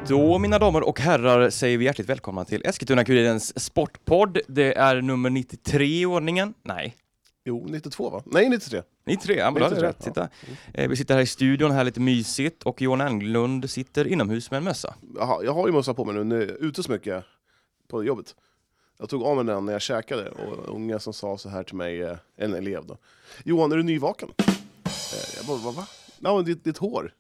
Då, mina damer och herrar, säger vi hjärtligt välkomna till Eskilstuna-Kurirens sportpodd. Det är nummer 93 i ordningen. Nej. Jo, 92 va? Nej, 93. 93, ja, men då är det rätt. Sitta. Vi sitter här i studion, här lite mysigt, och Johan Englund sitter inomhus med en mössa. Jaha, jag har ju mössa på mig nu, ute så mycket på jobbet. Jag tog av mig den när jag käkade, och unga som sa så här till mig, en elev då. Johan, är du nyvaken? Jag bara, va? Ja, ditt hår.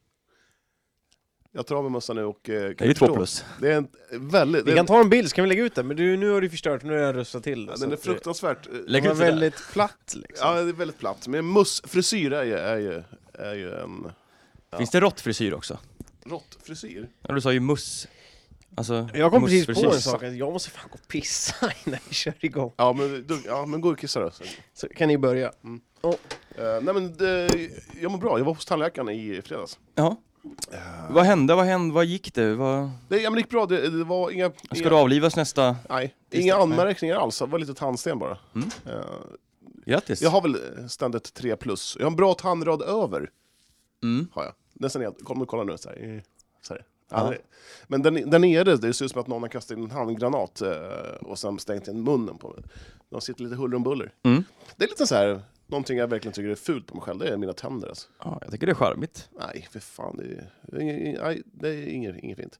Jag tar av mig mössan nu och... det är ju 2+. Det är en väldigt... Vi kan ta en bild, ska vi lägga ut den? Men nu har du förstört, nu har jag röstat till. Ja, den är fruktansvärt... Lägg Den ut var det väldigt platt liksom. Ja, det är väldigt platt. Men frisyr är ju en... Ja. Finns det råttfrisyr också? Råttfrisyr? Ja, du sa ju muss. Alltså, Jag kom precis på mussfrisyr. en sak, att jag måste fan gå och pissa innan vi kör igång. Ja, men gå och kissa då. Så kan ni börja. Nej men, jag mår bra. Jag var hos tandläkaren i fredags. Ja. Vad hände? Vad gick det? Det gick bra. Det var inga... Ska du avlivas nästa? Nej, inga anmärkningar alls. Det var lite tandsten bara. Grattis. Jag har väl ständigt 3+. Jag har en bra tandrad över. Har jag. Nästan ner. Kolla nu. Så här. Ja. Men den nere, det ser ut som att någon har kastat in en handgranat och sen stängt in munnen på mig. De sitter lite huller om buller. Det är lite så här... Någonting jag verkligen tycker är fult på mig själv, det är mina tänder. Alltså. Ja, jag tycker det är charmigt. Nej, för fan. Det är inget fint.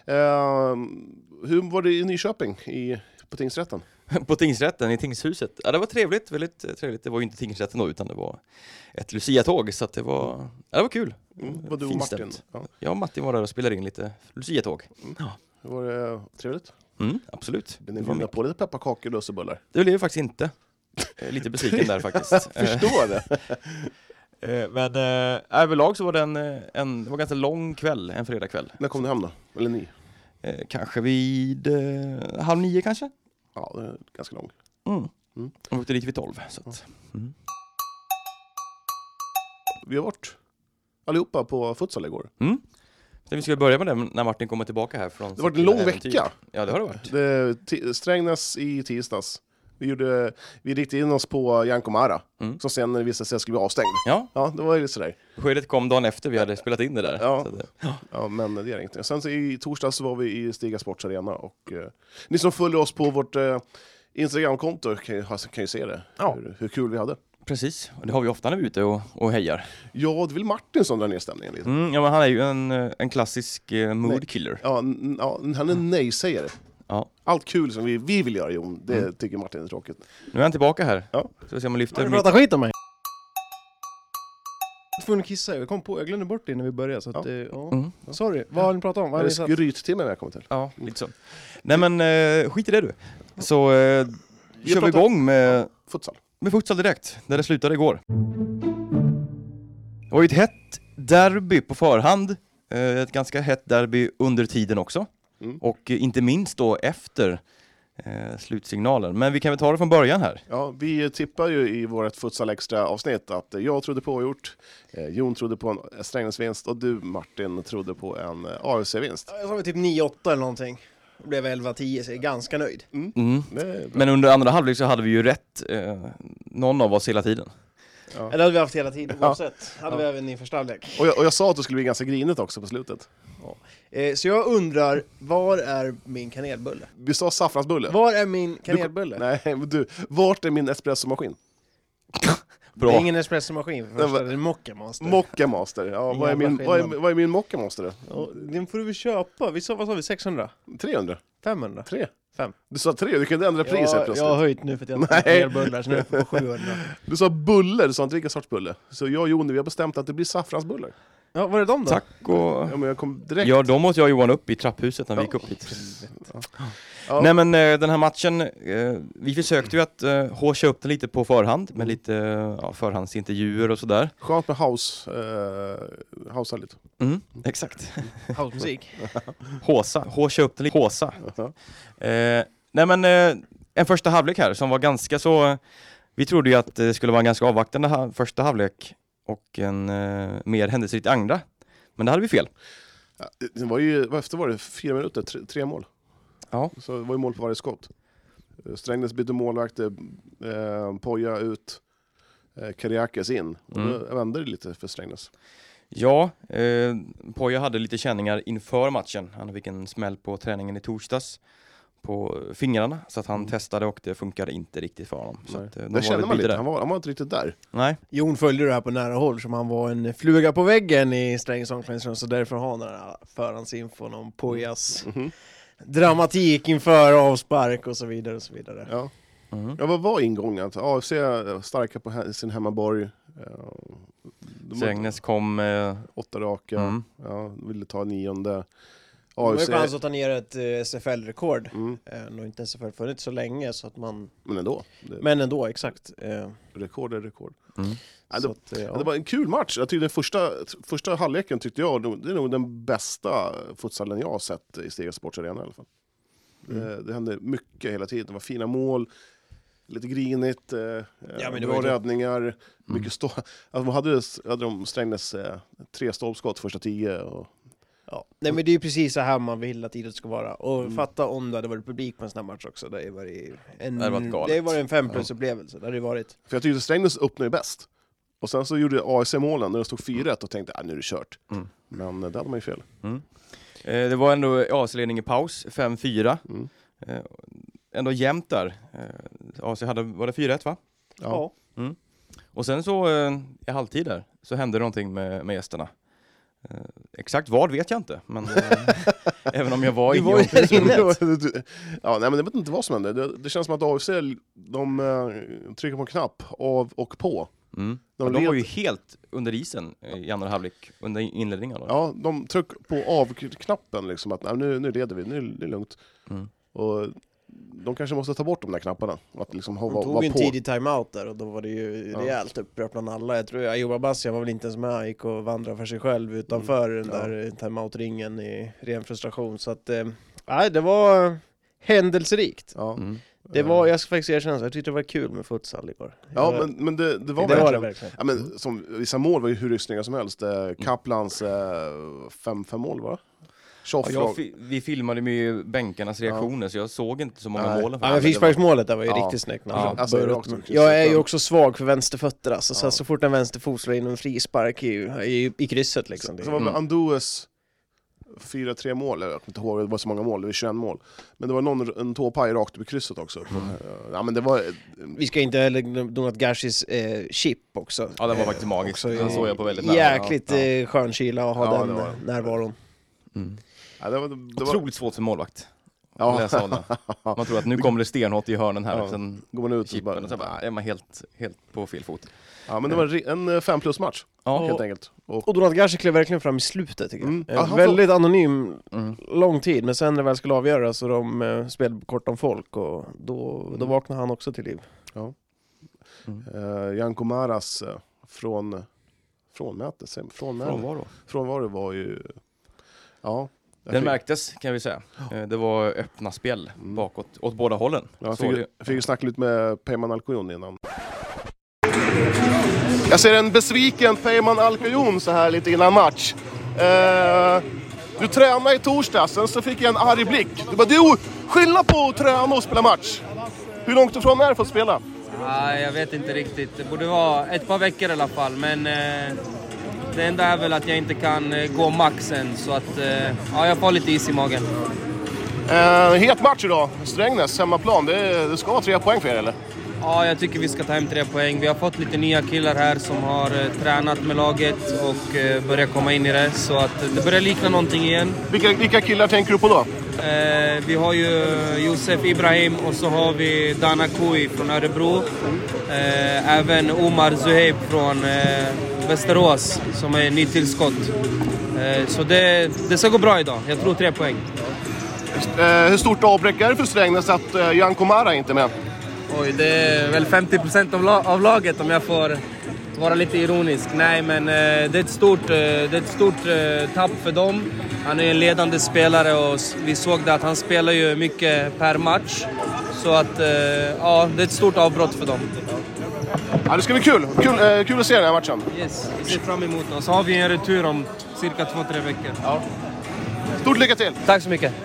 Hur var det i Nyköping på tingsrätten? På tingsrätten, i tingshuset. Ja, det var trevligt, väldigt trevligt. Det var ju inte tingsrätten då, utan det var ett Lucia-tåg. Så att det var kul. Var du och Martin? Ja, Martin var där och spelade in lite Lucia-tåg. Ja. Var det trevligt? Absolut. Ni bjuder på lite pepparkakor, lussebullar? Det blev faktiskt inte. Lite besviken där faktiskt. Förstår det. Men överlag så var det det var ganska lång kväll, en fredagkväll. När kom du hem då? Eller ni? Kanske vid 8:30 kanske? Ja, det är ganska lång. Och åkte dit vid 12. Så att, Vi har varit allihopa på futsal igår. Vi ska börja med det när Martin kommer tillbaka här från. Det har varit en lång vecka. Ja, det har det varit. Strängnäs i tisdags. Vi riktade in oss på Jankomara, som sen när det visade sig skulle bli avstängd. Ja, det var ju sådär. Beskedet kom dagen efter vi hade spelat in det där. Ja, men det är inget. Sen så i torsdags så var vi i Stiga Sports Arena, och ni som följer oss på vårt Instagram-konto kan ju se det. Ja. Hur kul vi hade. Precis, och det har vi ofta när vi är ute och hejar. Ja, det är väl Martin som drar ner stämningen lite. Ja, men han är ju en klassisk mood killer. Ja, han är nej-sägare. Ja. Allt kul som vi vill göra, Jon, det tycker Martin är tråkigt. Nu är han tillbaka här. Ja. Så vi ser om man lyfter. Du pratar skit om mig. Jag får kissa, jag glömde bort det när vi började. Så att, Sorry, vad har ni pratat om? Vad har ni sagt? Skryttimmen jag kommer till. Ja, lite så. Nej men skit i det du. Så kör vi igång med futsal. Med futsal direkt, där det slutade igår. Det var ju ett hett derby på förhand. Ett ganska hett derby under tiden också. Och inte minst då efter slutsignalen. Men vi kan väl ta det från början här. Ja, vi tippar ju i vårt futsal extra avsnitt att jag trodde på oavgjort, Jon trodde på en Strängnäs-vinst och du, Martin, trodde på en AFC-vinst. Jag sa typ 9-8 eller någonting. Det blev 11-10, så jag är ganska nöjd. Men under andra halvlek så hade vi ju rätt, någon av oss hela tiden. Ja. Det hade vi haft hela tiden oavsett. Hade vi även i första halvlek. Och jag sa att det skulle bli ganska grinigt också på slutet. Ja. Så jag undrar, var är min kanelbulle? Vi sa saffransbulle. Var är min kanelbulle? Nej, men du, vart är min espressomaskin? Bra. Det är ingen espressomaskin för första, det är Mocca Master. Mocca Master, ja. Vad är min Mocca Master då? Ja, den får du väl köpa. Vad sa vi, 600? 300? 500? 3? 5. Du sa 3, du kan inte ändra priset plötsligt. Jag har höjt nu för att jag inte har kanelbullar, så nu är det på 700. Du sa buller, du sa inte vilka sorts bulle. Så jag och Jon, vi har bestämt att det blir saffransbullar. Ja, var är de då? Tack och... Ja, men jag kom direkt. Ja, de måste jag och Johan upp i trapphuset när vi gick upp hit. Ja. Nej, men den här matchen, vi försökte ju att håsa upp den lite på förhand med lite förhandsintervjuer och sådär. Skönt med house lite. Exakt. Housemusik. Håsa upp den lite. Håsa. Nej, men en första halvlek här som var ganska så... Vi trodde ju att det skulle vara en ganska avvaktande första halvlek och en mer händelserik andra. Men det hade vi fel. Ja, det var ju, efter var det 4 minuter, 3 mål. Ja. Så det var ju mål på varje skott. Strängnäs bytte målvakt, Poja ut, Kariakis in. Och då vände det lite för Strängnäs. Ja, Poja hade lite känningar inför matchen. Han fick en smäll på träningen i torsdags på fingrarna, så att han testade och det funkade inte riktigt för honom. Så att, det kände man lite, han var inte riktigt där. Nej. Jon följde det här på nära håll som han var en fluga på väggen i Strängnäs omklädningsrum, så därför har han den här förhandsinfon om Pojas dramatik inför avspark och så vidare och så vidare. Ja. Ja, vad var ingången? AFC starka på sin hemmaborg. Strängnäs kom 8 raka. Ja, ville ta 9:e. Det var ju chans att ta ner ett SFL-rekord. Och inte SFL funnits så länge så att man... Men ändå, exakt. Rekord är rekord. Så att, Det var en kul match. Jag tyckte första halvleken tyckte jag, det är nog den bästa futsalen jag har sett i Stega Sports Arena i alla fall. Det hände mycket hela tiden. Det var fina mål, lite grinigt, det var räddningar, mycket stå. Alltså, hade de Strängnäs 3 stolpskott första 10 och... Ja. Nej, men det är ju precis så här man vill att idrott ska vara. Och fatta om det hade varit publik på en sån här match också. Det har varit en 5+-upplevelse. Det har det varit. För jag tyckte Strängnäs öppnade bäst. Och sen så gjorde AIC målen när det stod 4-1 och tänkte nu är det kört. Men det hade man ju fel. Det var ändå AIC-ledning i paus, 5-4. Ändå jämnt där. AIC var det 4-1 va? Ja. Och sen så i halvtid där så hände någonting med gästerna. Exakt vad vet jag inte, men även om jag var inne ja, nej, men jag vet inte vad som hände. Det känns som att AFC trycker på en knapp av och på. De var ju helt under isen i andra halvlek under inledningen. Ja, de tryck på av-knappen liksom, att nu leder vi, nu är det lugnt. Och de kanske måste ta bort de där knapparna. Att liksom de tog en tidig timeout där och då var det ju rejält upprört bland alla. Jag tror Ayoub Abbasi var väl inte ens med, han gick och vandrade för sig själv utanför den där timeout-ringen i ren frustration. Så att, det var händelserikt. Jag ska faktiskt erkänna, jag tyckte det var kul med futsal igår. Ja, men det var verkligen. Ja, men som, vissa mål var ju hur snygga som helst. Kaplans 5 mål va? Vi filmade med bänkarnas reaktioner så jag såg inte så många mål. Men frisparksmålet där var ju riktigt snyggt. Jag är ju också svag för vänsterfötter. Alltså, så fort en vänsterfot slår in en frispark i krysset. Liksom. Så var med Andues 4-3 mål, jag kommer inte ihåg, det var så många mål, det var 21 mål. Men det var en tåpaj rakt upp i krysset också. Ja, men det var... Vi ska inte heller glömma att Gashis chip också. Ja, det var faktiskt magiskt. Den såg jag på väldigt nära. Jäkligt skön kyla att ha den närvaron. Ja, det var otroligt svårt för målvakt. Man tror att nu kommer det stenhårt i hörnen här. Sen går man ut och så bara är man helt på fel fot. Ja, men det var en 5+-match, helt enkelt. Och Donat Gashi klev verkligen fram i slutet, tycker jag. Väldigt anonym, lång tid, men sen när det väl skulle avgöras så de spelade kort om folk och då vaknade han också till liv. Ja. Janko Maras frånvaro var ju... Ja. Den märktes, kan vi säga. Det var öppna spel bakåt, åt båda hållen. Jag fick snacka lite med Peyman Alkoyon innan. Jag ser en besviken Peyman Alkoyon så här lite innan match. Du tränade i torsdags, sen så fick jag en arg blick. Du bara, det är skillnad på att träna och spela match. Hur långt ifrån är det för att spela? Jag vet inte riktigt. Det borde vara ett par veckor i alla fall, men... Det enda är väl att jag inte kan gå maxen, så att jag får lite is i magen. Het match idag, Strängnäs, hemmaplan. Det ska vara 3 poäng för er, eller? Ja, jag tycker vi ska ta hem 3 poäng. Vi har fått lite nya killar här som har tränat med laget och börjar komma in i det. Så att det börjar likna någonting igen. Vilka killar tänker du på då? Vi har ju Josef Ibrahim och så har vi Dana Kui från Örebro. Även Omar Zuhaib från Västerås som är nytillskott. Så det ska gå bra idag. Jag tror 3 poäng. Hur stort avbräck är det för Strängnäs att Janko Mara inte är med? Oj, det är väl 50% av laget om jag får vara lite ironisk. Nej, men det är ett stort tapp för dem. Han är en ledande spelare och vi såg det att han spelar ju mycket per match. Så att det är ett stort avbrott för dem. Ja, det ska bli kul. Kul att se den här matchen. Yes, vi ser fram emot oss. Så har vi en retur om cirka 2-3 veckor. Ja. Stort lycka till! Tack så mycket!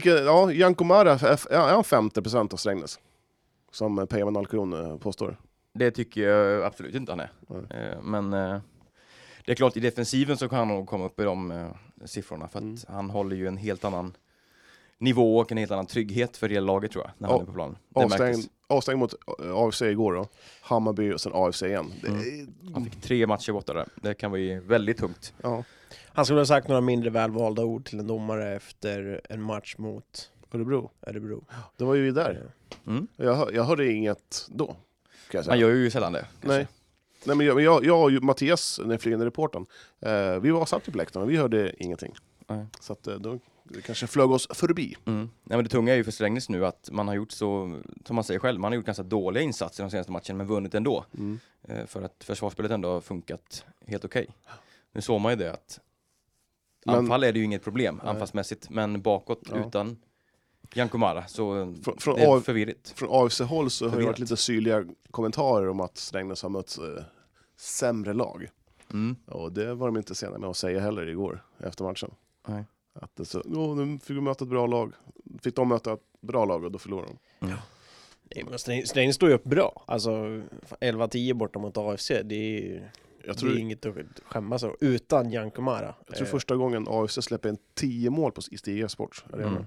Janko Mara är 50% av Strängnäs. Som Peyman Alkoyon påstår. det tycker jag absolut inte han är. Men det är klart, i defensiven så kan han nog komma upp i de siffrorna. För att han håller ju en helt annan nivå och en helt annan trygghet för hela laget, tror jag, när han är på plan. Avstängd mot AFC igår då. Hammarby och sen AFC igen. Han fick 3 matcher borta där. Det kan vara ju väldigt tungt. Ja. Han skulle ha sagt några mindre välvalda ord till en domare efter en match mot Örebro. Det var ju där. Jag hörde inget då, kan jag säga. Man gör ju sällan det. Nej, men jag och Mattias, den flygande reportern, vi var satt på läktaren och vi hörde ingenting. Nej. Så att då kanske flög oss förbi. Nej, men det tunga är ju för Strängnäs nu att man har gjort så, som man säger själv, man har gjort ganska dåliga insatser de senaste matchen men vunnit ändå. För att försvarsspelet ändå har funkat helt okej. Nu såg man ju det att anfall är det ju inget problem anfallsmässigt, men bakåt utan Jankumara så det är förvirrigt. Från AFC-håll så har det varit lite syrliga kommentarer om att Strängnäs har mött sämre lag. Och det var de inte sena med att säga heller igår efter matchen. Nej. Att det så, nu fick de möta ett bra lag. Fick de möta ett bra lag och då förlorade de. Nej, men Strängnäs står ju upp bra. Alltså 11-10 borta mot AFC, det är inget att skämmas av. Utan Jankumara. Jag tror första gången AFC släpper en 10 mål i Stiga Sport.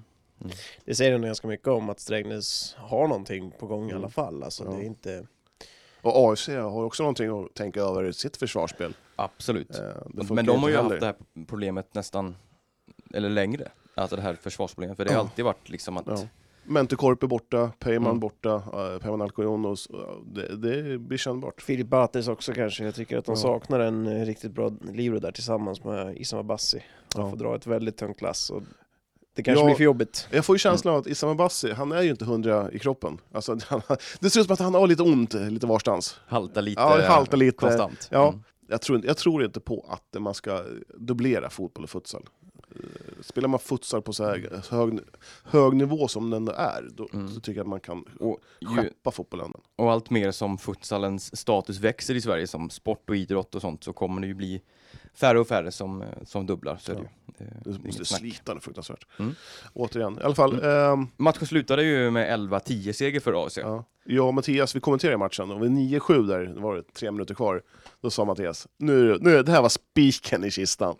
Det säger ändå ganska mycket om att Strängnäs har någonting på gång i alla fall. Alltså, det är inte... Och AFC har också någonting att tänka över i sitt försvarsspel. Absolut. Men de har ju haft det här problemet nästan, eller längre. Alltså det här försvarsproblemet. För det har alltid varit liksom att... Mentekorp är borta, Peyman borta, Peyman Alcoyon, och det blir kännbart. Filip Bates också kanske. Jag tycker att de saknar en riktigt bra livro där tillsammans med Issam Abbasi. Han får dra ett väldigt tungt lass och det kanske blir för jobbigt. Jag får ju känslan av att Issam Abbasi, han är ju inte 100 i kroppen. Alltså, det ser ut som att han har lite ont lite varstans. Halta lite konstant. Ja, jag tror inte på att man ska dubblera fotboll och futsal. Spelar man futsal på så här hög nivå som den är, då så tycker jag att man kan skeppa fotbollen. Och allt mer som futsalens status växer i Sverige som sport och idrott och sånt, så kommer det ju bli färre och färre som dubblar. Så är det ju. Det måste slita det fruktansvärt. Återigen, i alla fall. Matchen slutade ju med 11-10 seger för AFC. Jag och Mattias, vi kommenterade matchen och vid 9-7 där, det var 3 minuter kvar, då sa Mattias, nu det här var spiken i kistan.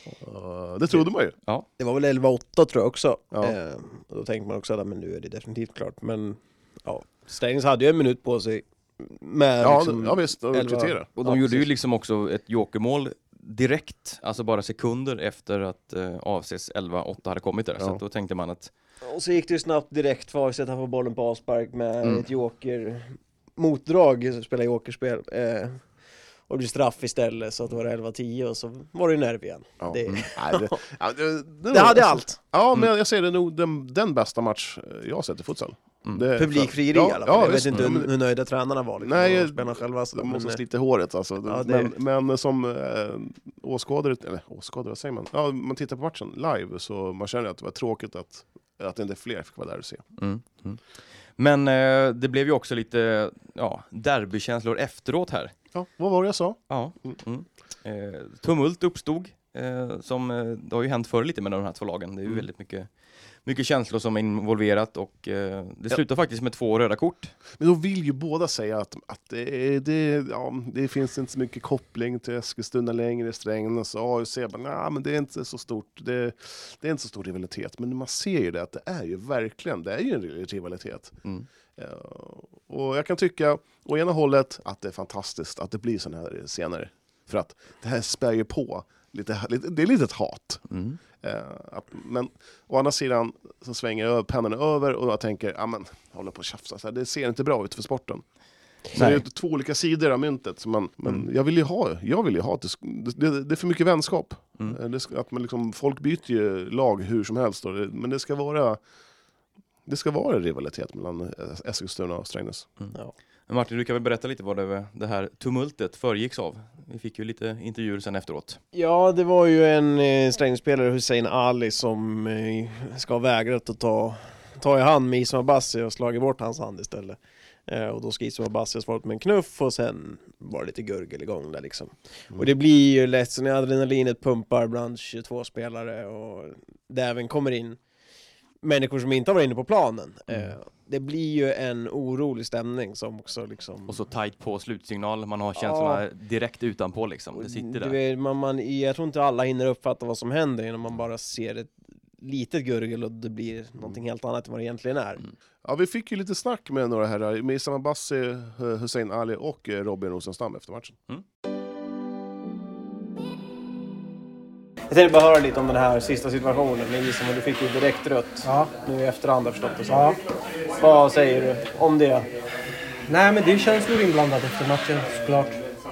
Det trodde man ju. Ja. Det var väl 11-8 tror jag också. Och då tänkte man också att men nu är det definitivt klart. Men Strängnäs hade ju en minut på sig med visst, och kvittera. Och de gjorde ju liksom också ett jokermål direkt, alltså bara sekunder efter att AFCs 11-8 hade kommit där. Så att då tänkte man att... Och så gick det ju snabbt direkt för AFC att han får bollen på avspark med ett joker motdrag, spela jokerspel. Och det blir straff istället, så att det var 11-10 och så var det nerv igen. Det hade allt. Ja, men jag säger det nog den bästa match jag har sett i futsal. Publikfrieri i alla fall. Jag vet inte hur nöjda tränarna var. Liksom, nej, spelarna själva. De måste slita håret alltså. Men som åskådare, vad säger man? Ja, man tittar på matchen live så man känner att det var tråkigt att inte fler fick vara där och se. Men det blev ju också lite derbykänslor efteråt här. Ja, vad var det jag sa? Ja. Tumult uppstod. Det har ju hänt förr lite med de här två lagen. Det är ju väldigt mycket känslor som är involverat och det slutar faktiskt med 2 röda kort. Men då vill ju båda säga att det finns inte så mycket koppling till Eskilstuna längre, Strängnäs och AFC. Men det är inte så stort. Det är inte så stor rivalitet. Men man ser ju det att det är ju verkligen, det är ju en rivalitet. Och jag kan tycka å ena hållet att det är fantastiskt att det blir sån här senare. För att det här spär ju på det är lite ett hat. Men å andra sidan så svänger pennorna över och jag tänker, hålla på och tjafsa så här, det ser inte bra ut för sporten. Så det är 2 olika sidor av myntet. Men jag vill ju ha det är för mycket vänskap. Att man liksom, folk byter ju lag hur som helst då, men det ska vara rivalitet mellan Eskilstuna och Strängnäs. Martin, du kan väl berätta lite vad det här tumultet föregicks av? Vi fick ju lite intervjuer sen efteråt. Ja, det var ju en Strängnässpelare, Hussein Ali, som ska ha vägrat att ta i hand med Issam Abbasi och slagit bort hans hand istället. Och då ska Issam Abbasi ha svarat med en knuff och sen var det lite gurgel igång där liksom. Och det blir ju lätt så när adrenalinet pumpar bland 22 spelare och det även kommer in människor som inte har varit inne på planen. Det blir ju en orolig stämning som också liksom... Och så tajt på slutsignal, man har känslorna direkt utanpå liksom, det sitter där. Jag tror inte alla hinner uppfatta vad som händer innan man bara ser ett litet gurgel och det blir någonting helt annat än vad det egentligen är. Ja, vi fick ju lite snack med några herrar, med Issam Abbasi, Hussein Ali och Robin Rosenstam efter matchen. Jag tänkte bara höra lite om den här sista situationen med Issam, och du fick ju direkt rött nu i efterhand, har förstått det så. Ja. Vad säger du om det? Nej, men det är känslor inblandat efter matchen, såklart.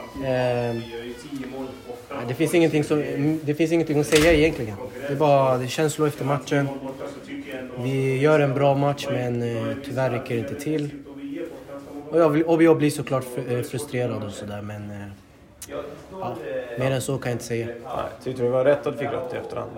Det finns ingenting att säga egentligen. Det är känslor efter matchen. Vi gör en bra match, men tyvärr räcker det inte till. Och jag blir såklart frustrerad och sådär, men mer än så kan jag inte säga. Tyckte du var rätt att du fick rött i efterhand?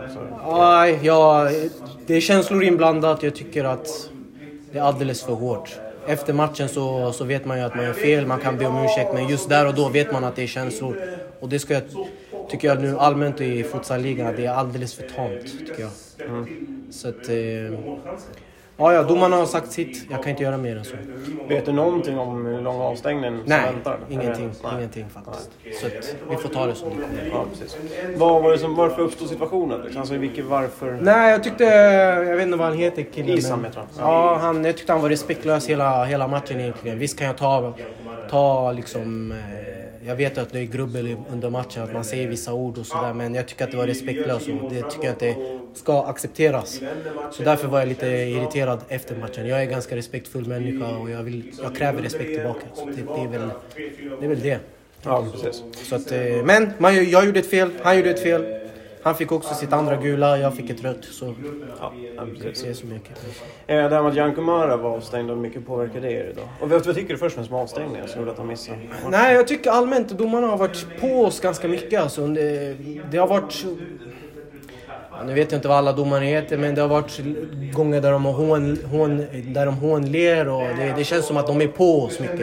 Det är känslor inblandat. Jag tycker att det är alldeles för hårt. Efter matchen så vet man ju att man gör fel, man kan be om ursäkt, men just där och då vet man att det är känslor. Och det tycker jag nu allmänt i futsalligan, att det är alldeles för tamt, tycker jag. Så att... domarna har sagt sitt. Jag kan inte göra mer än så. Vet du någonting om hur lång avstängningen som väntar? Ingenting faktiskt. Så att vi får ta det som det kommer. Ja, precis. Varför uppstod situationen? Alltså, varför? Nej, jag vet inte vad han heter, killen. Issam, jag tror jag. Jag tyckte han var respektlös hela matchen egentligen. Visst kan jag ta liksom... Jag vet att det är grubbel under matchen, att man säger vissa ord och sådär, men jag tycker att det var respektlöst och det tycker jag inte ska accepteras. Så därför var jag lite irriterad efter matchen. Jag är en ganska respektfull människa och jag kräver respekt tillbaka. Så det är väl det. Ja, precis. Så att, men jag gjorde ett fel, han gjorde ett fel. Han fick också sitt andra gula, jag fick ett rött. Så precis. Det är så mycket. Det här med att Jan Kumara var avstängd och mycket påverkade det idag. Och vad tycker du först med avstängningen som gjorde att han missade? Nej, jag tycker allmänt domarna har varit på oss ganska mycket. Alltså, det har varit... Nu vet jag inte vad alla domare heter, men det har varit gånger där de hånler och det känns som att de är på oss mycket.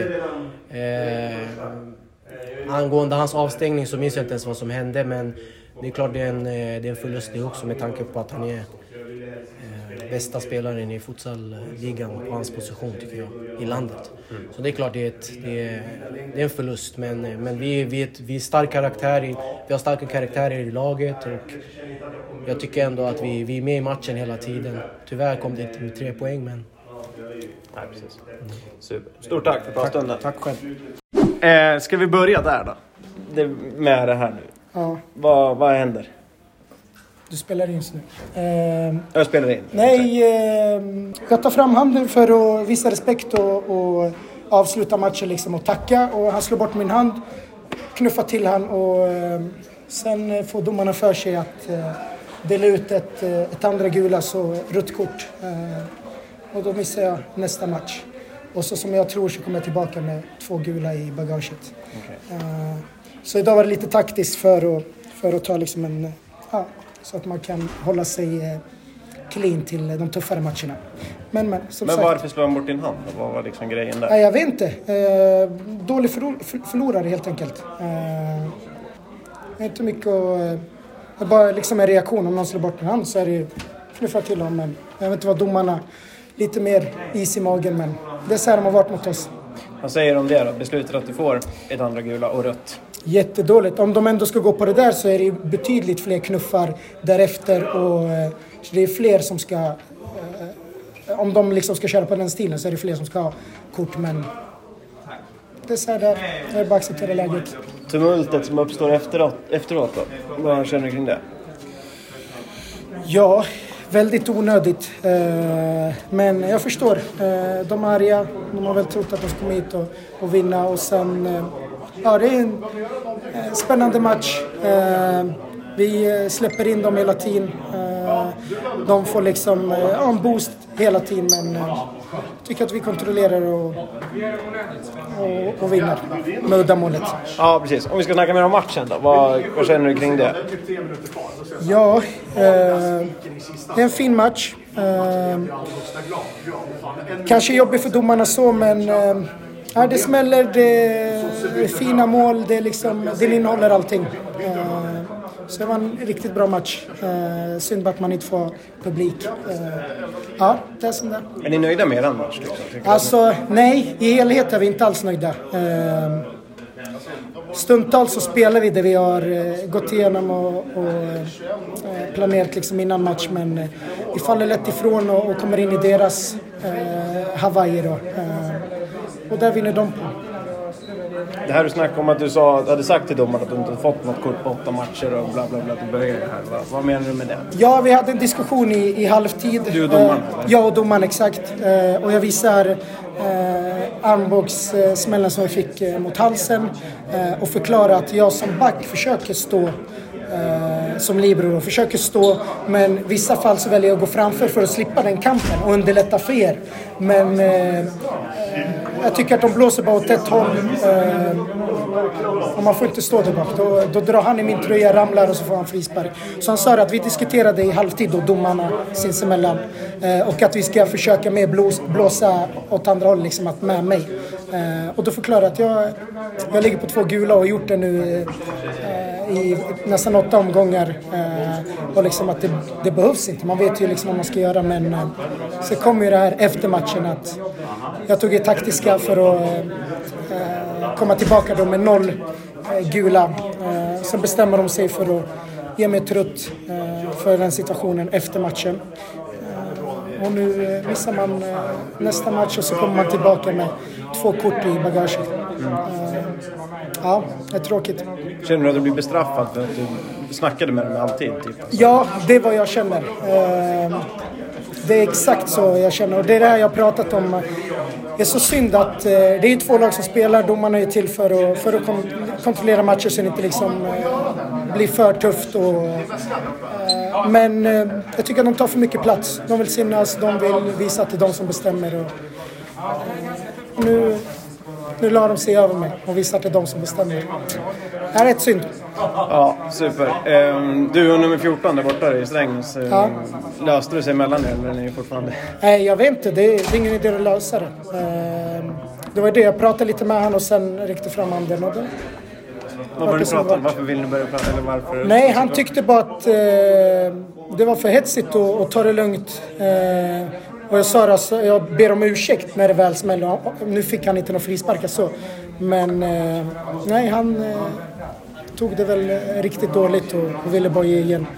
Angående hans avstängning så minns jag inte ens vad som hände, men det är klart det är en förlust det också, med tanke på att han är bästa spelaren i futsalligan på hans position, tycker jag, i landet. Så det är klart det är en förlust, men vi är stark karaktär vi har starka karaktärer i laget, och jag tycker ändå att vi är med i matchen hela tiden. Tyvärr kom det inte med 3 poäng, men... Nej, precis. Super. Stort tack för pratstunden. Tack själv. Ska vi börja där då? Med det här nu. Ja. Vad händer? Du spelar in just nu. Jag spelar in. Nej, jag tar fram handen för att visa respekt och avsluta matchen liksom och tacka. Och han slår bort min hand, knuffar till han och sen får domarna för sig att dela ut ett andra gula, så rött kort. Och då missar jag nästa match. Och så som jag tror så kommer jag tillbaka med 2 gula i bagaget. Okay. Så idag var det lite taktiskt för att ta liksom så att man kan hålla sig clean till de tuffare matcherna. Men sagt, varför slår han bort din hand? Vad var liksom grejen där? Nej, jag vet inte. Dålig förlorare helt enkelt. Inte mycket att... bara liksom en reaktion. Om någon slår bort en hand så är det knuffa till dem. Men jag vet inte vad domarna... Lite mer is i magen, men det är så här de har varit mot oss. Vad säger du om det då? Beslutet att du får ett andra gula och rött? Jättedåligt. Om de ändå ska gå på det där så är det betydligt fler knuffar därefter. Och det är fler som ska... om de liksom ska köra på den stilen så är det fler som ska ha kort, men... Det är så här där. Jag är bara acceptera läget. Tumultet som uppstår efteråt då? Vad känner du kring det? Ja... Väldigt onödigt, men jag förstår. De är arga, de har väl trott att de ska komma hit och vinna. Och sen, det är en spännande match. Vi släpper in dem hela tiden. De får liksom en boost hela tiden, men jag tycker att vi kontrollerar och vinner med uddamålet. Ja, precis. Om vi ska snacka mer om matchen då, vad känner du kring det? Ja, det är en fin match. Kanske jobbigt för domarna så, men det smäller, det är fina mål, det innehåller allting. Så det var en riktigt bra match. Synd bara att man inte får publik. Ja, det är som det. Är ni nöjda med den match? Alltså, nej. I helhet är vi inte alls nöjda. Stundtals så spelar vi det vi har gått igenom och planerat liksom innan match, men vi faller lätt ifrån och kommer in i deras Hawaii då. Och där vinner de på. Det här du snackade om att du hade sagt till domaren att du inte hade fått något kort på 8 matcher och bla bla bla, att du började här. Vad menar du med det? Ja, vi hade en diskussion i halvtid. Du och domaren? Jag och domaren, exakt. Och jag visar armbågssmällen som jag fick mot halsen och förklarar att jag som back försöker stå som libero och försöker stå, men vissa fall så väljer jag att gå framför för att slippa den kampen och underlätta för er. Men jag tycker att de blåser bara åt ett håll och man får inte stå där bak. Då drar han i min tröja, ramlar och så får han frispark. Så han sa att vi diskuterade i halvtid då, domarna sinsemellan, och att vi ska försöka med blåsa åt andra håll, liksom att med mig. Och då förklarar jag att jag ligger på 2 gula och har gjort det nu i nästan 8 omgångar, och liksom att det behövs inte. Man vet ju liksom vad man ska göra, men så kommer ju det här efter matchen att jag tog det taktiska för att komma tillbaka då med 0 gula. Sen bestämmer de sig för att ge mig trött för den situationen efter matchen. Och nu missar man nästa match och så kommer man tillbaka med 2 kort i bagaget. Ja, det är tråkigt. Känner du att du blir bestraffad för att du snackade med dem alltid? Typ? Ja, det är vad jag känner. Det är exakt så jag känner. Och det är det här jag har pratat om. Det är så synd att det är 2 lag som spelar. Domarna är till för att kontrollera matcher så det inte liksom blir för tufft. Men jag tycker att de tar för mycket plats. De vill synas, de vill visa att det är de som bestämmer. Och nu la de sig över mig och visar att det är de som bestämmer. Det är rätt synd. Ja, super. Du och nummer 14 där borta i Strängnäs. Löste du sig mellan er eller är ni fortfarande? Nej, jag vet inte. Det är ingen idé att lösa det. Det var det. Jag pratade lite med han och sen räckte fram handen. Och vad var det du pratade om? Varför vill ni börja prata? Eller varför? Nej, han tyckte bara att det var för hetsigt att ta det lugnt. Och jag sa att jag ber om ursäkt när det väl smällde. Nu fick han inte någon frisparka så. Men nej, han tog det väl riktigt dåligt och ville bara ge igen.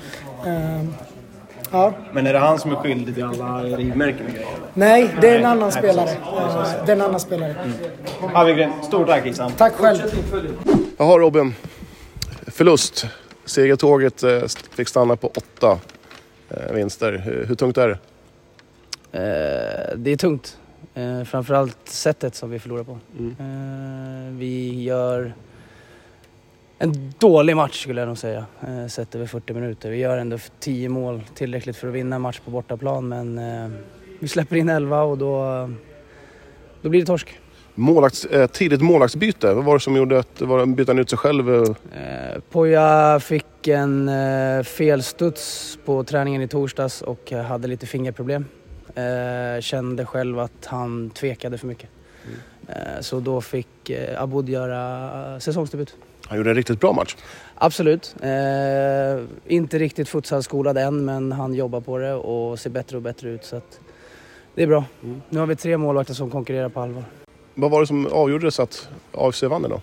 Ja. Men är det han som är skyldig till alla rivmärken och grejer? Nej, det är en annan spelare. Det är en annan spelare. Havigren, stort tack Isan. Tack själv. Jaha Robin, förlust. Segertåget fick stanna på 8 vinster. Hur tungt är det? Det är tungt. Framförallt sättet som vi förlorar på. Vi gör en dålig match skulle jag nog säga. Sett över 40 minuter. Vi gör ändå 10 mål tillräckligt för att vinna en match på bortaplan. Men vi släpper in 11 och då blir det torsk. Tidigt målvaktsbyte. Vad var det som gjorde att byta ut sig själv? Poja fick en felstuds på träningen i torsdags och hade lite fingerproblem. Kände själv att han tvekade för mycket. Så då fick Aboud göra säsongsdebut. Han gjorde en riktigt bra match. Absolut. Inte riktigt futsalskolad än, men han jobbar på det och ser bättre och bättre ut. Så att det är bra. Nu har vi 3 målvakter som konkurrerar på allvar. Vad var det som avgjorde så att AFC vann då?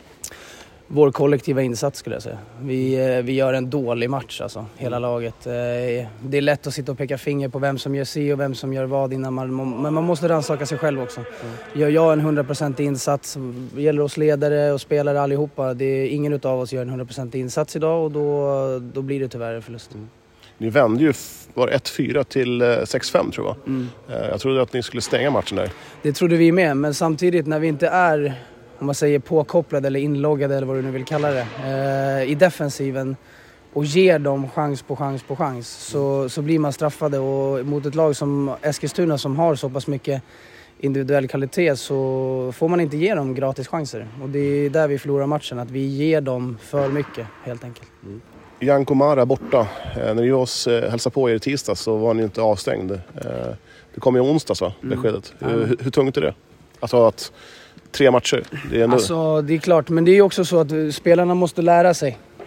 Vår kollektiva insats skulle jag säga. Vi gör en dålig match alltså, hela laget. Det är lätt att sitta och peka finger på vem som gör si och vem som gör vad innan men man måste rannsaka sig själv också. Gör jag en 100% insats, det gäller oss ledare och spelare allihopa. Ingen utav oss gör en 100% insats idag och då blir det tyvärr en förlust. Ni vände ju 1-4 till 6-5 tror jag. Jag trodde att ni skulle stänga matchen där. Det trodde vi med, men samtidigt när vi inte är, om man säger påkopplade eller inloggade eller vad du nu vill kalla det, i defensiven och ger dem chans på chans så blir man straffade. Och mot ett lag som Eskilstuna som har så pass mycket individuell kvalitet så får man inte ge dem gratis chanser. Och det är där vi förlorar matchen, att vi ger dem för mycket helt enkelt. Jan Komara borta. När vi oss hälsade på er i tisdag så var ni inte avstängd. Det kom ju onsdags va, beskedet. Hur tungt är det? Alltså att 3 matcher, det är ändå... Alltså det är klart, men det är ju också så att spelarna måste lära sig.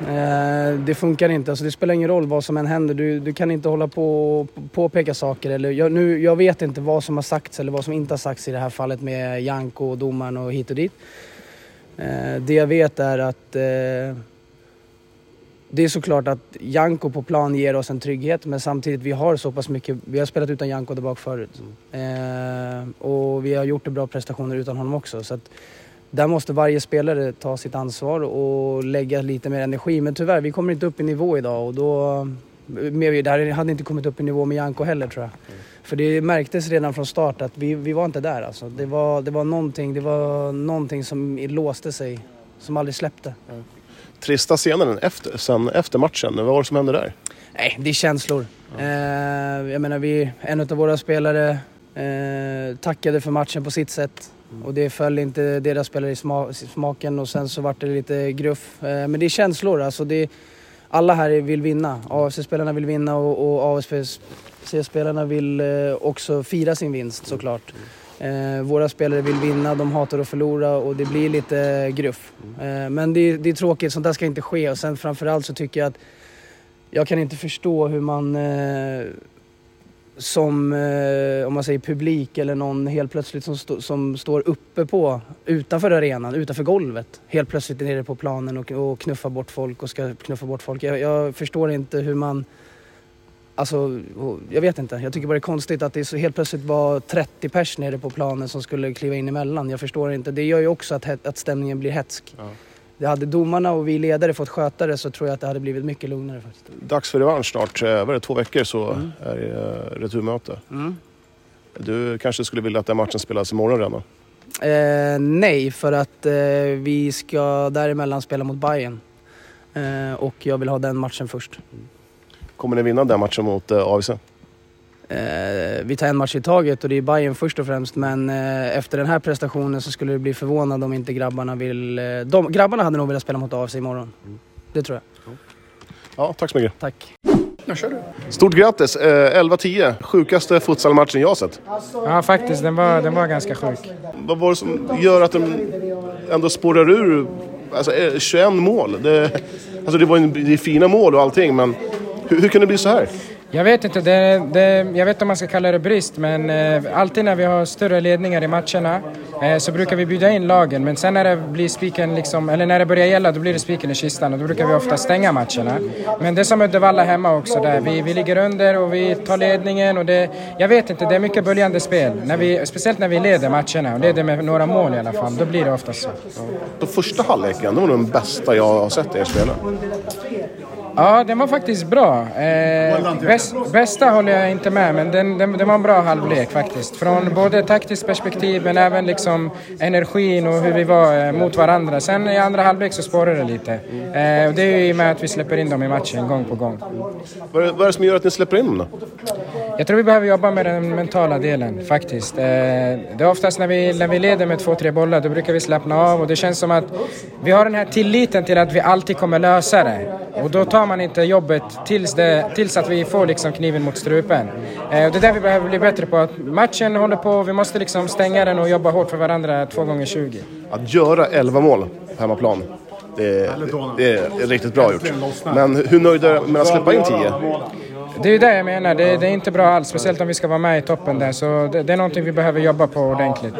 Det funkar inte. Alltså, det spelar ingen roll vad som än händer. Du kan inte hålla på och påpeka saker. Eller jag vet inte vad som har sagts eller vad som inte har sagts i det här fallet med Janko och domaren och hit och dit. Det jag vet är att det är såklart att Janko på plan ger oss en trygghet, men samtidigt vi har så pass mycket, vi har spelat utan Janko där bak förut. Och vi har gjort bra prestationer utan honom också, så att där måste varje spelare ta sitt ansvar och lägga lite mer energi. Men tyvärr, vi kommer inte upp i nivå idag, och då där hade inte kommit upp i nivå med Janko heller, tror jag. För det märktes redan från start att vi var inte där alltså. Det var någonting som låste sig, som aldrig släppte. Trista scenen efter matchen, vad var det som hände där? Nej, det är känslor. Jag menar, en av våra spelare tackade för matchen på sitt sätt. Och det föll inte deras spelare i smaken, och sen så var det lite gruff. Men det är känslor, alltså alla här vill vinna. AFC-spelarna vill vinna och AFC-spelarna vill också fira sin vinst, såklart. Våra spelare vill vinna, de hatar att förlora, och det blir lite gruff. Men det är tråkigt, sånt där ska inte ske. Och sen framförallt så tycker jag att jag kan inte förstå hur man som om man säger publik eller någon helt plötsligt som står uppe utanför arenan, utanför golvet, helt plötsligt är nere på planen och knuffar bort folk och ska knuffa bort folk. Jag förstår inte hur man, alltså jag vet inte, jag tycker bara det är konstigt att det så helt plötsligt var 30 pers nere på planen som skulle kliva in emellan. Jag förstår inte, det gör ju också att stämningen blir hätsk. Ja. Det hade domarna och vi ledare fått sköta det, så tror jag att det hade blivit mycket lugnare faktiskt. Dags för revansch snart. Över 2 veckor så är det returmöte. Du kanske skulle vilja att den matchen spelas imorgon redan? Nej, för att vi ska däremellan spela mot Bayern. Och jag vill ha den matchen först. Kommer ni vinna den matchen mot AFC? Vi tar en match i taget, och det är Bayern först och främst. Men efter den här prestationen så skulle det bli förvånad om inte grabbarna vill... grabbarna hade nog velat spela mot AFC imorgon. Det tror jag. Ja, tack så mycket. Tack. Jag kör du. Stort grattis! 11-10. Sjukaste futsalmatchen jag har sett. Ja, faktiskt. Den var ganska sjuk. Vad var det som gör att de ändå spårar ur? Alltså 21 mål. Det är fina mål och allting, men hur kan det bli så här? Jag vet inte, jag vet inte om man ska kalla det brist, men alltid när vi har större ledningar i matcherna så brukar vi bjuda in lagen, men sen när det blir spiken liksom, eller när det börjar gälla, då blir det spiken i kistan, och då brukar vi ofta stänga matcherna. Men det är som Uddevalla hemma också, där vi ligger under och vi tar ledningen, och jag vet inte, det är mycket böljande spel. Speciellt när vi leder matcherna, och leder med några mål i alla fall, då blir det ofta så. På första halvleken, det var den bästa jag har sett er spela. Ja, den var faktiskt bra. Bästa håller jag inte med, men den var en bra halvlek faktiskt. Från både taktiskt perspektiv, men även liksom energin och hur vi var mot varandra. Sen i andra halvlek så spårar det lite. Och det är ju i och med att vi släpper in dem i matchen gång på gång. Vad är det som gör att ni släpper in dem då? Jag tror vi behöver jobba med den mentala delen faktiskt. Det är oftast när vi leder med 2-3 bollar, då brukar vi slappna av, och det känns som att vi har den här tilliten till att vi alltid kommer lösa det. Och då tar man inte jobbet tills att vi får liksom kniven mot strupen. Och det är där vi behöver bli bättre på, att matchen håller på, vi måste liksom stänga den och jobba hårt för varandra 2x20. Att göra 11 mål på hemmaplan, det är riktigt bra gjort. Men hur nöjd är du med att släppa in 10? Det är ju det jag menar, det är inte bra alls, speciellt om vi ska vara med i toppen där, så det är någonting vi behöver jobba på ordentligt.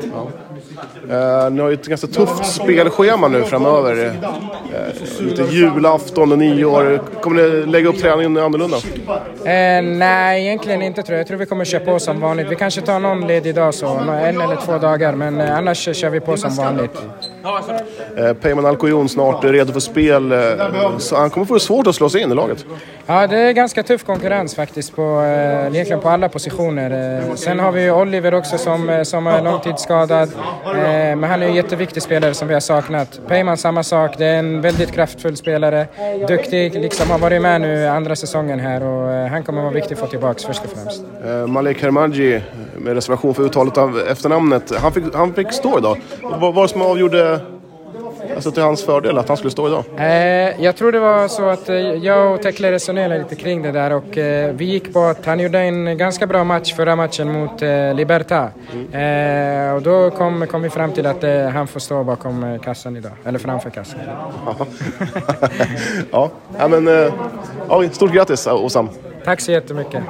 Ni har ju ett ganska tufft spelschema nu framöver. Lite julafton och nyår. Kommer ni lägga upp träningen annorlunda? Nej, egentligen inte tror jag. Jag tror vi kommer köra på som vanligt. Vi kanske tar någon ledig dag, så 1 eller 2 dagar, men annars kör vi på som vanligt. Peyman Alcoyon snart är redo för spel, så han kommer få det svårt att slå sig in i laget. Ja, det är ganska tuff konkurrens faktiskt egentligen på alla positioner. Sen har vi Oliver också som är långtidsskadad, men han är en jätteviktig spelare som vi har saknat. Peyman samma sak, det är en väldigt kraftfull spelare, duktig, liksom har varit med nu andra säsongen här, och han kommer vara viktig att få tillbaka först och främst. Malik Hermanji, med reservation för uttalet av efternamnet, han fick stå idag. Vad var det som avgjorde alltså till hans fördel att han skulle stå idag? Jag tror det var så att jag och Tekle resonerade lite kring det där och vi gick på att han gjorde en ganska bra match förra matchen mot Libertad. Och då kom vi fram till att han får stå bakom kassan idag, eller framför kassan. Ja, men stort grattis Osam. Tack så jättemycket.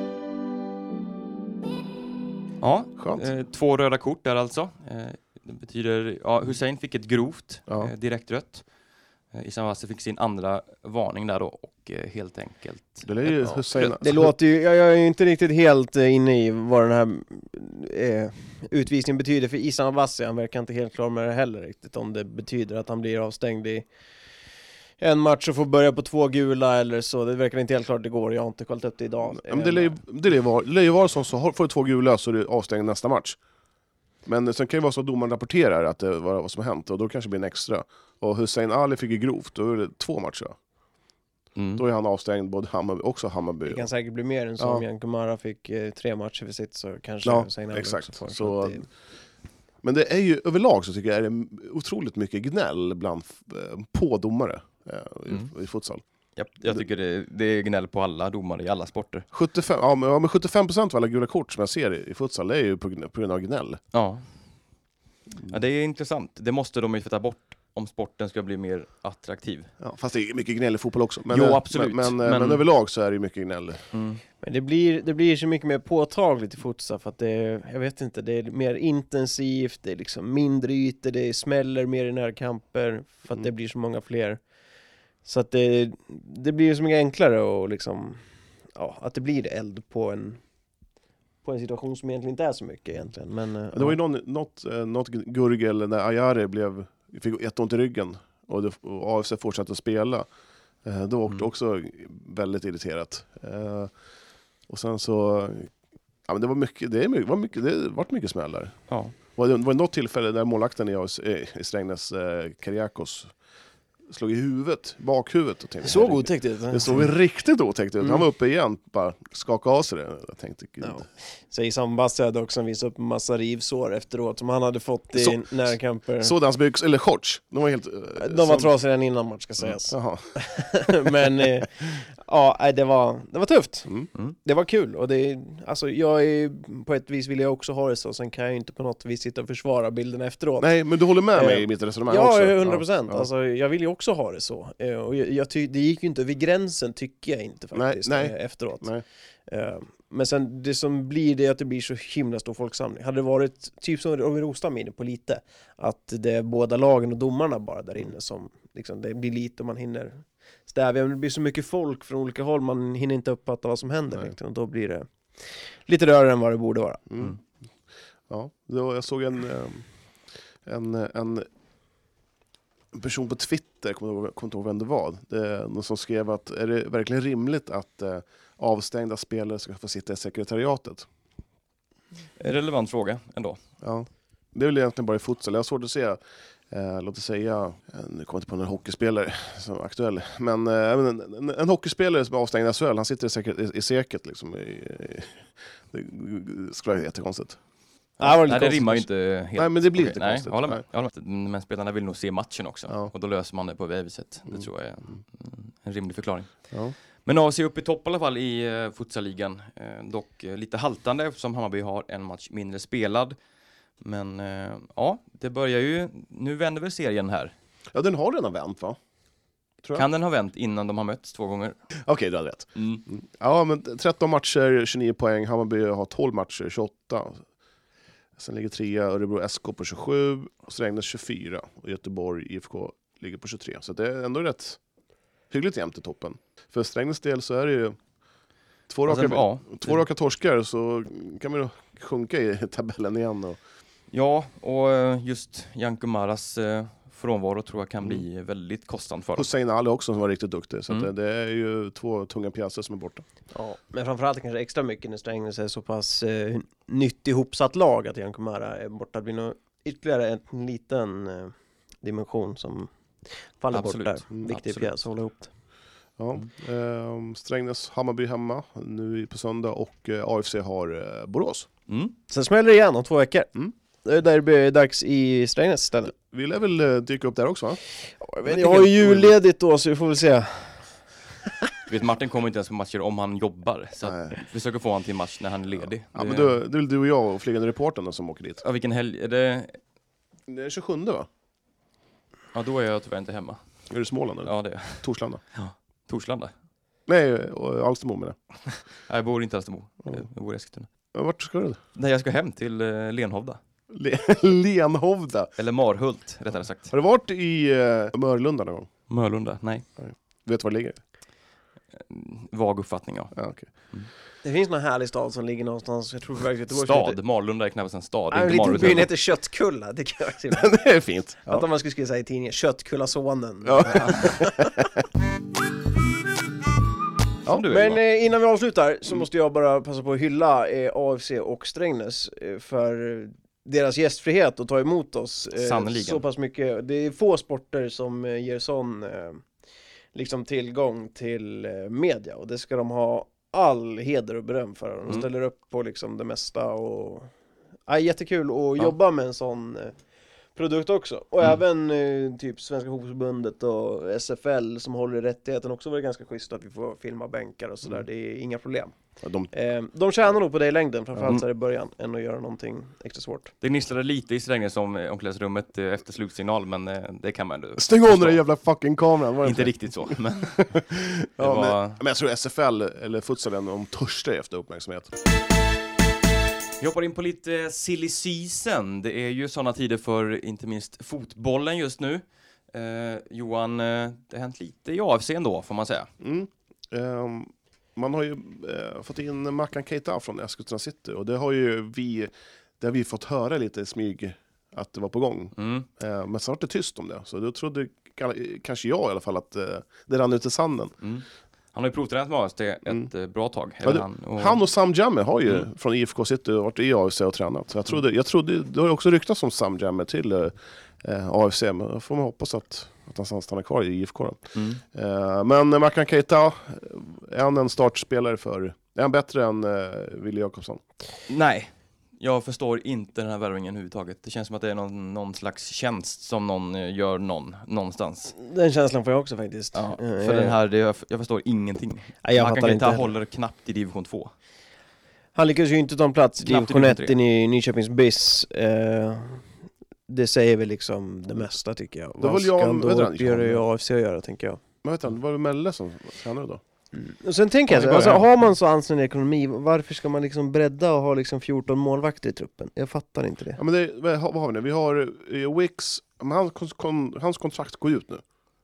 Ja, Skönt. 2 röda kort där alltså. Det betyder, Hussein fick ett grovt direkt rött. Issam Wasser fick sin andra varning där då och helt enkelt. Det är ju Hussein. Det låter ju, jag är ju inte riktigt helt inne i vad den här utvisningen betyder för Issam Wasser. Han verkar inte helt klar med det heller riktigt, om det betyder att han blir avstängd i en match och får börja på 2 gula eller så. Det verkar inte helt klart det går. Jag har inte kollat upp det idag. Men det lär ju vara så får du 2 gula så är du avstängd nästa match. Men sen kan det vara så att domaren rapporterar att det var vad som har hänt och då kanske det blir en extra. Och Hussein Ali fick ju grovt, då är det 2 matcher. Då är han avstängd både Hammarby. Det kan säkert bli mer än så. Om Jan Kumara fick 3 matcher för sitt så kanske Hussein Ali exakt. också får. Så, men det är ju överlag så tycker jag är det otroligt mycket gnäll på domare i futsal. Ja, jag tycker det är gnäll på alla domare i alla sporter. 75% av alla gula kort som jag ser i futsal är ju på grund av gnäll. Ja, det är intressant. Det måste de ju ta bort om sporten ska bli mer attraktiv. Ja, fast det är mycket gnäll i fotboll också. Men, jo, absolut. Men överlag så är det mycket gnäll. Men det blir så mycket mer påtagligt i futsal för att det är mer intensivt, det är liksom mindre ytor, det smäller mer i närkamper för att det blir så många fler. Så att det blir så mycket enklare och liksom, att det blir eld på en situation som egentligen inte är så mycket egentligen. Men, det var ju något gurgel när Ayari fick jätteont i ryggen och AFC fortsatte att spela. Då var det också väldigt irriterat. Och sen så men det var mycket smällar. Ja. Det var något tillfälle där målakten i Strängnäs Kariakos slog i bakhuvudet. Och tänkte, det såg otäckt ut. Det såg riktigt otäckt ut. Han var uppe igen, bara skakade av sig det. Jag tänkte, gud. Så i Sambas hade också visat upp en massa rivsår efteråt som han hade fått i närkamper. Sådans eller shorts. De var helt... de var trasiga redan innan match ska sägas. Men det var tufft. Det var kul. Och på ett vis vill jag också ha det så. Sen kan jag inte på något vis sitta och försvara bilden efteråt. Nej, men du håller med mig i mitt resonemang också. Ja, 100%. Ja. Alltså, jag vill ju också ha det så. Och det gick ju inte över gränsen, tycker jag inte faktiskt, efteråt. Nej. Men sen det som blir det är att det blir så himla stor folksamling. Hade det varit typ som Roger Rostam inne på lite, att det är båda lagen och domarna bara där inne som liksom, det blir lite och man hinner stävja. Men det blir så mycket folk från olika håll, man hinner inte uppfatta vad som händer. Och då blir det lite rörare än vad det borde vara. Ja, jag såg en person på Twitter, kommer inte ihåg vem det var. Det är någon som skrev att är det verkligen rimligt att avstängda spelare ska få sitta i sekretariatet? En relevant fråga ändå. Ja, det är väl egentligen bara i futsal. Jag har svårt att säga, låt oss säga, nu kommer inte på någon hockeyspelare som är aktuell, men en hockeyspelare som är avstängd i SHL, han sitter i seket liksom. Det skulle vara jättekonstigt. Det rimmar ju inte helt. Nej, men det blir inte konstigt. Jag håller med. Men spelarna vill nog se matchen också. Och då löser man det på det viset. Det tror jag är en rimlig förklaring. Ja. Men AFC upp i topp i alla fall i futsalligan. Dock lite haltande eftersom Hammarby har en match mindre spelad. Men det börjar ju... Nu vänder väl serien här. Ja, den har redan vänt, va? Kan den ha vänt innan de har mötts 2 gånger? Okej, du har rätt. Ja, men 13 matcher, 29 poäng. Hammarby har 12 matcher, 28. Sen ligger 3 Örebro SK på 27, Strängnäs 24 och Göteborg IFK ligger på 23. Så det är ändå rätt hyggligt jämnt i toppen. För Strängnäs del så är det ju 2 raka torskar, så kan man sjunka i tabellen igen. Ja, och just Jan Kumaras frånvaro tror jag kan bli väldigt kostsamt för dem. Hussein Ali också som var riktigt duktig. Så det är ju 2 tunga pjäser som är borta. Ja, men framförallt kanske extra mycket när Strängnäs är så pass nytt ihopsatt lag att Jan Kumara är borta. Det blir nog ytterligare en liten dimension som faller bort där. Viktig pjäs att hålla ihop det. Ja, Strängnäs Hammarby hemma nu på söndag och AFC har Borås. Sen smäller det igen om 2 veckor. Det är derby-dags i Strängnäs istället. Vi lär väl dyka upp där också, va? Jag har ju julledigt då, så vi får väl se. Vet, Martin kommer inte ens på matcher om han jobbar. Så att försöker få han till match när han är ledig. Ja, men då är det du och jag och flygande reportern som åker dit. Ja, vilken helg? Är det... Det är 27, va? Ja, då är jag tyvärr inte hemma. Är det Småland eller? Ja, det är Torslanda? Ja, Torslanda. Nej, Alstermo med det. Nej, jag bor inte i Alstermo. Jag bor i Eskilstuna. Vart ska du? Nej, jag ska hem till Lenhovda. Lenhovda? Eller Marhult, rättare sagt. Har du varit i Mörlunda någon gång? Mörlunda? Nej. Vet du var det ligger? Vag uppfattning, ja. Okay. Det finns någon härlig stad som ligger någonstans. Jag tror faktiskt stad, Marlunda är knappt en stad. En liten byn heter Köttkulla. Det kan jag säga. Det är fint. Att om man skulle skriva i tidningen Köttkullasonen. Ja. Ja, men innan vi avslutar så måste jag bara passa på att hylla AFC och Strängnäs för deras gästfrihet och ta emot oss så pass mycket. Det är få sporter som ger sån liksom tillgång till media, och det ska de ha all heder och beröm för. De ställer upp på liksom det mesta, och jättekul att jobba med en sån produkt också. Och även typ Svenska Fotbollsförbundet och SFL som håller i rättigheten också, var det ganska schysst att vi får filma bänkar och sådär. Det är inga problem. De tjänar nog på det i längden, framförallt så här i början, än att göra någonting extra svårt. Det gnisslade lite i Strängnäs som omklädningsrummet efter slutsignal, men det kan man ändå. Stäng av den jävla fucking kameran. Var inte riktigt så, men men jag tror SFL eller futsalen, de törstar efter uppmärksamhet. Vi hoppar in på lite silly season. Det är ju sådana tider för inte minst fotbollen just nu. Johan, det har hänt lite i AFC ändå, får man säga. Man har ju fått in Mackan Keita från Eskilstuna City, och det har vi fått höra lite i smyg att det var på gång. Men så var det tyst om det. Så då trodde kanske jag i alla fall att det rann ut i sanden. Han har ju provtränat med AFC ett bra tag. Han och Sam Jamme har ju från IFK City varit i AFC och tränat. Så jag trodde det har också ryktats om Sam Jamme till AFC, men då får man hoppas att han stannar kvar i IFK. Men Mackan Keita, är han en startspelare är han bättre än Wille Jakobsson? Nej, jag förstår inte den här värvningen överhuvudtaget. Det känns som att det är någon slags tjänst som någon gör någonstans. Den känslan får jag också faktiskt. Ja, för den här, jag förstår ingenting. Mackan Keita håller knappt i division 2. Han lyckas ju inte ta en plats i division 1 i Nyköpings BIS. Det säger väl liksom det mesta, tycker jag. Vad ska han då göra i AFC att göra, tänker jag. Men vet han, var det Melle som tränare då? Och sen tänker jag, alltså, har man så anständig ekonomi, varför ska man liksom bredda och ha liksom 14 målvakter i truppen? Jag fattar inte det. Ja, men vad har vi nu? Vi har Wicks, hans kontrakt går ut nu.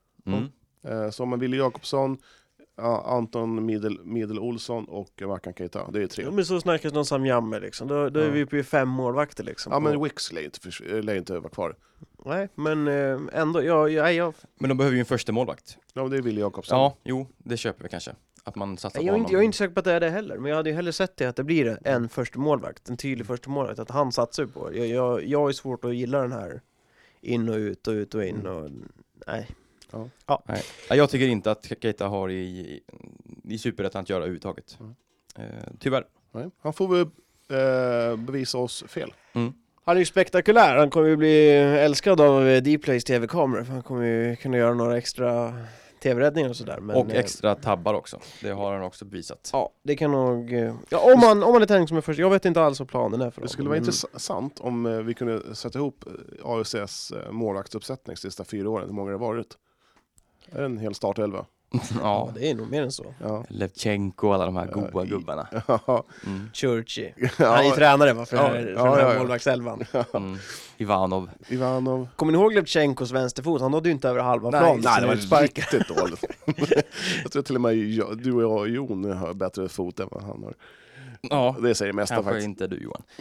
Så man Wille Jakobsson, Anton Midel Olsson och Mackan Keita. Det är 3. Ja, men så snackas någon Sam Jamme liksom. Då är vi uppe i 5 målvakter liksom. Ja, men Wicks lär inte vara kvar. Nej, men ändå, Men de behöver ju en första målvakt. Ja, det är Wille Jakobsson. Ja, jo, det köper vi kanske. Att man satsar på honom. Jag är inte säker på att det är det heller. Men jag hade ju hellre sett det att det blir en första målvakt. En tydlig första målvakt. Att han satsar på. Jag är svårt att gilla den här in och ut och ut och in. Och, nej. Ja. Nej. Jag tycker inte att Keita har i superettan att göra överhuvudtaget. Tyvärr. Nej. Han får väl bevisa oss fel. Han är ju spektakulär. Han kommer ju bli älskad av Dplays tv-kameror. Han kommer ju kunna göra några extra tv-räddningar och sådär. Men, och extra tabbar också. Det har han också bevisat. Ja, det kan nog... Ja, om man är tänkt som är först. Jag vet inte alls vad planen är för det skulle vara intressant om vi kunde sätta ihop AFCs målvaktsuppsättning sista 4 åren. Hur många det har varit? Är det en hel startelva? Ja, det är nog mer än så. Ja. Levchenko och alla de här goda gubbarna. Churchy. Han är ju tränare för den här målvaktselvan. Ivanov. Kommer ni ihåg Levchenkos vänsterfot? Han nådde ju inte över halva plan. Nej, det var riktigt dåligt. Jag tror till och med du och jag och Jon har bättre fot än vad han har. Ja, det säger mesta kanske faktiskt. Inte du, Johan.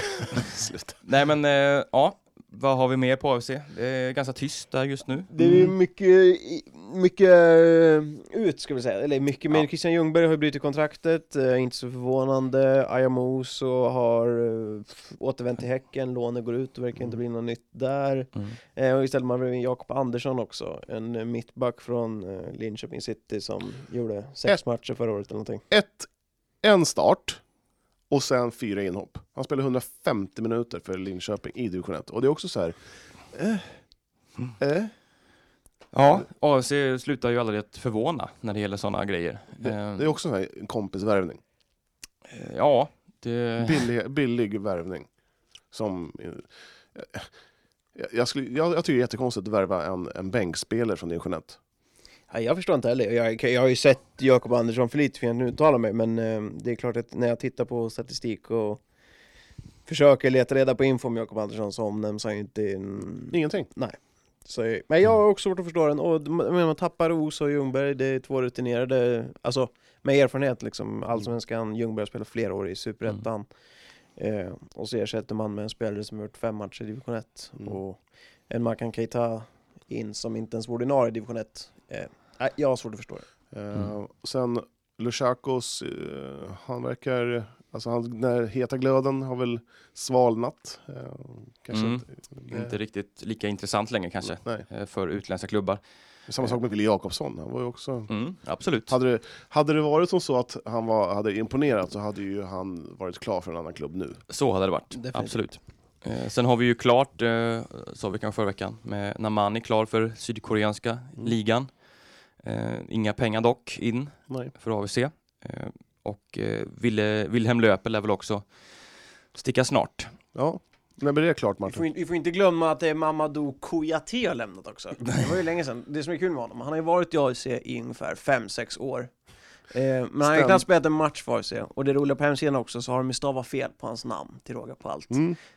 Nej, men vad har vi mer på AFC? Det är ganska tyst där just nu. Det är mycket ut, ska vi säga. Eller mycket mer. Christian Ljungberg har brutit kontraktet. Inte så förvånande. Ayamoso har återvänt till Häcken. Lånet går ut och verkar inte bli något nytt där. Och istället man har Jakob Andersson också. En mittback från Linköping City som gjorde 6 matcher förra året eller någonting. En start. Och sen 4 inhopp. Han spelade 150 minuter för Linköping i division 1. Och det är också så här... Ja, AFC slutar ju aldrig att förvåna när det gäller sådana grejer. Det är också en kompisvärvning. Ja, det... Billig värvning. Som... Jag tycker det är jättekonstigt att värva en bänkspelare från division 1. Ja, jag förstår inte heller. Jag har ju sett Jakob Andersson för lite för att nu uttala mig, men det är klart att när jag tittar på statistik och försöker leta reda på info om Jakob Andersson så omnämns han ju inte... Ingenting. Nej. Så, men jag har också svårt att förstå den. Och man tappar Os och Ljungberg, det är 2 rutinerade, alltså med erfarenhet liksom. Allsvenskan, Ljungberg spelar flera år i Superettan. Och så ersätter man med en spelare som har gjort 5 matcher i division 1. Och en Makan Keita in som inte ens var ordinarie i division 1. Jag har svårt att förstå det. Sen Lushakos, han verkar... Alltså när heta glöden har väl svalnat. Kanske inte riktigt lika intressant längre kanske. Nej. För utländska klubbar. Samma sak med Wille Jakobsson. Han var ju också... absolut. Hade det varit som så att han hade imponerat så hade ju han varit klar för en annan klubb nu. Så hade det varit, absolut. Sen har vi ju klart, sa vi kanske förra veckan, med Namani klar för sydkoreanska ligan. Inga pengar dock in för AFC. Och Wilhelm Löpel är väl också sticka snart. Ja, när blir det klart, Martin? Vi får inte glömma att det är Mamadou Kouyaté har lämnat också. Det var ju länge sedan. Det som är kul med honom, han har ju varit i AFC i ungefär 5-6 år. Men han har knappt spelat en match för AFC. Och det roliga på hemsidan också så har de ju stavat fel på hans namn till råga på allt.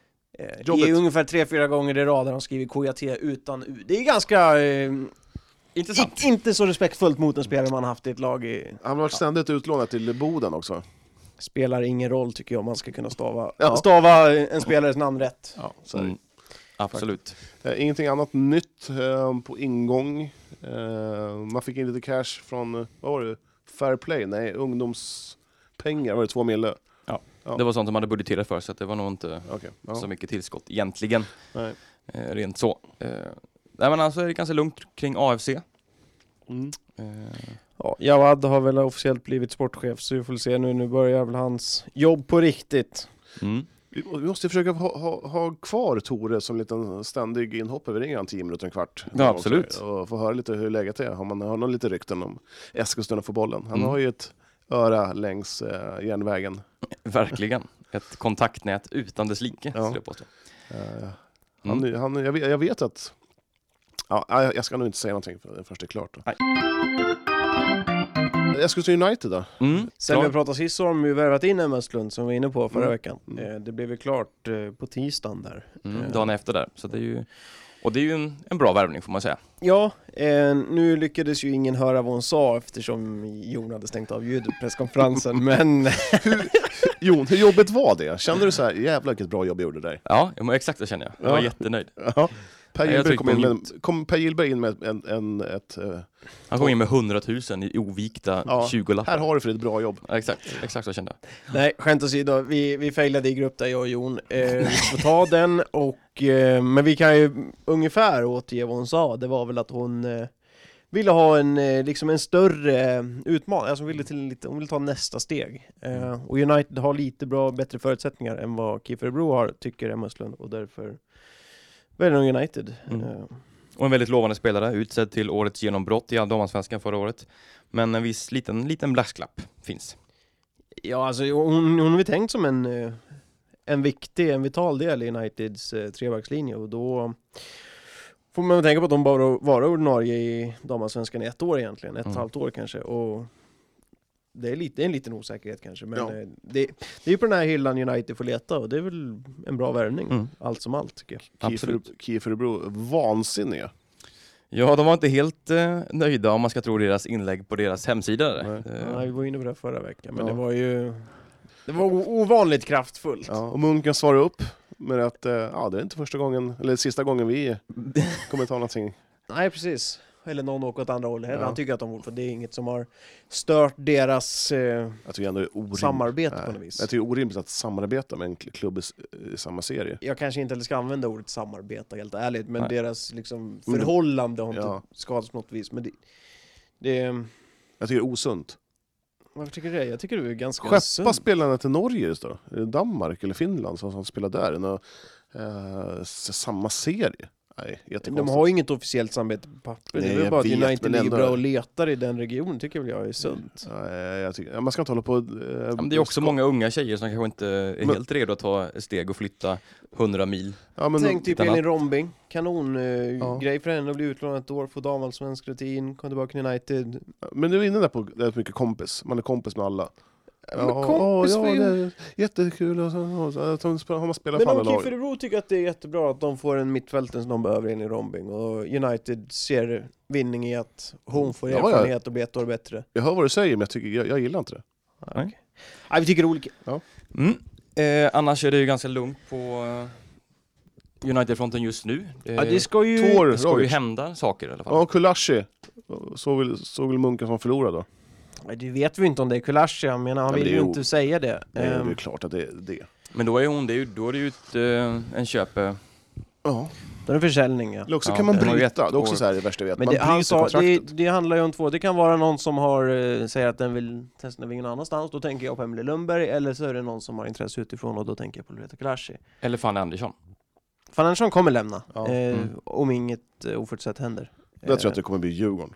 Det är ungefär 3-4 gånger i rad där de skriver Kouyaté utan U. Det är ganska... Intressant. Inte så respektfullt mot en spelare man haft i ett lag i... Han har varit ständigt utlånad till Boden också. Spelar ingen roll tycker jag om man ska kunna stava en spelares namn rätt. Ja, absolut. Ingenting annat nytt på ingång. Man fick in lite cash från, vad var det? Fair Play? Nej, ungdomspengar. Var det 2 mille? Ja, det var sånt som hade budgeterat för så att det var nog inte så mycket tillskott egentligen. Nej. Rent så. Nej, men alltså är det ganska lugnt kring AFC. Ja, Jawad har väl officiellt blivit sportchef så vi får se nu börjar väl hans jobb på riktigt. Vi måste försöka ha kvar Tore som liten ständig inhopp över ringen 10 minuter, en kvart. Ja, absolut. Och få höra lite hur läget är. Har någon lite rykten om Eskilstuna för bollen. Han har ju ett öra längs järnvägen. Verkligen. Ett kontaktnät utan dess like. Jag vet att... Ja, jag ska nog inte säga någonting först det är klart. Jag skulle till United då. Sen vi pratat sist så har de ju värvat in en Östlund som vi var inne på förra veckan. Det blev ju klart på tisdagen där. Dagen efter där. Så det är ju, och det är ju en bra värvning får man säga. Ja, nu lyckades ju ingen höra vad hon sa eftersom Jon hade stängt av ljudpresskonferensen. Men Jon, hur jobbigt var det? Kände du så här, jävlar vilket bra jobb jag gjorde där? Ja, exakt det känner jag. Jag var jättenöjd. Ja. Per Gillberg in med ett... Han kom in med 100 000 i ovikta 20-lappar. Här har du för ett bra jobb. Ja, exakt så kände jag. Nej, skämt åsido, vi failade i grupp där jag och Jon. Vi får ta den men vi kan ju ungefär återge vad hon sa. Det var väl att hon ville ha en större utmaning. Alltså hon ville ta nästa steg. Och United har lite bättre förutsättningar än vad KIF Örebro har, tycker Emma Östlund. Och därför väljer United. Och en väldigt lovande spelare, utsedd till årets genombrott i damallsvenskan förra året. Men en viss liten brasklapp finns. Ja, alltså hon har vi tänkt som en vital del i Uniteds trebackslinje. Och då får man tänka på att de bara var ordinarie i damallsvenskan i 1 år egentligen. 1,5 år kanske. Och det är en liten osäkerhet kanske. Men det är ju på den här hyllan United får leta. Och det är väl en bra värvning. Allt som allt tycker jag. KIF Örebro, vansinniga. Ja, de var inte helt nöjda om man ska tro deras inlägg på deras hemsida. Nej, vi var inne på det förra veckan. Men det var ovanligt kraftfullt. Ja, och Munken svarade upp med att det är inte första gången, eller sista gången vi kommer ta någonting. Nej, precis. Eller någon åker åt andra hållet. Han tycker att de borde, för det är inget som har stört deras samarbete på något vis. Jag tycker det är orimligt att samarbeta med en klubb i samma serie. Jag kanske inte ska använda ordet samarbeta helt ärligt, men deras förhållande har inte skadats på något vis. Men det jag tycker det är osunt. Varför tycker du det? Jag tycker du är ganska Skeppa sund. spelarna till Norge då? Är det Danmark eller Finland som spelar där? Samma serie? Nej, de har ju inget officiellt samarbete på papper. Det är väl bara att United ligger bra och letar i den regionen, tycker jag är sunt. Jag tycker, man ska inte hålla på... men det är också många unga tjejer som kanske inte är helt redo att ta ett steg och flytta 100 mil. Ja, men tänk typ Elin Rombing. Kanon grej för henne att bli utlånad ett år, få damallsvensk rutin, kom tillbaka till United. Men du är inne där på det är mycket kompis. Man är kompis med alla. Det är jättekul och så har man spelat men för alla om lag. Kiefer tycker att det är jättebra att de får en mittfälten som de behöver in i Rombing, och United ser vinning i att hon får erfarenhet och blir ett år bättre. Jag hör vad du säger, men jag gillar inte det. Nej, vi tycker olika. Ja. Annars är det ju ganska lugnt på United-fronten just nu. Det ska ju hända saker i alla fall. Ja, Kulashi såg väl Munken som förlorade då. Det vet vi inte om det är Kulashi, jag menar, han vill ju inte säga det. Det är klart att det är det. Men då är hon, då är det ju en köpe. Ja. Det är en försäljning, ja. Eller också kan man bryta, det är också så här det värsta jag vet. Men det handlar ju om två. Det kan vara någon som säger att den vill testa ingen annanstans, då tänker jag på Emily Lundberg, eller så är det någon som har intresse utifrån och då tänker jag på Loretta Kulashi. Eller Fanny Andersson. Fanny Andersson kommer lämna, om inget oförutsett händer. Jag tror att det kommer bli Djurgården.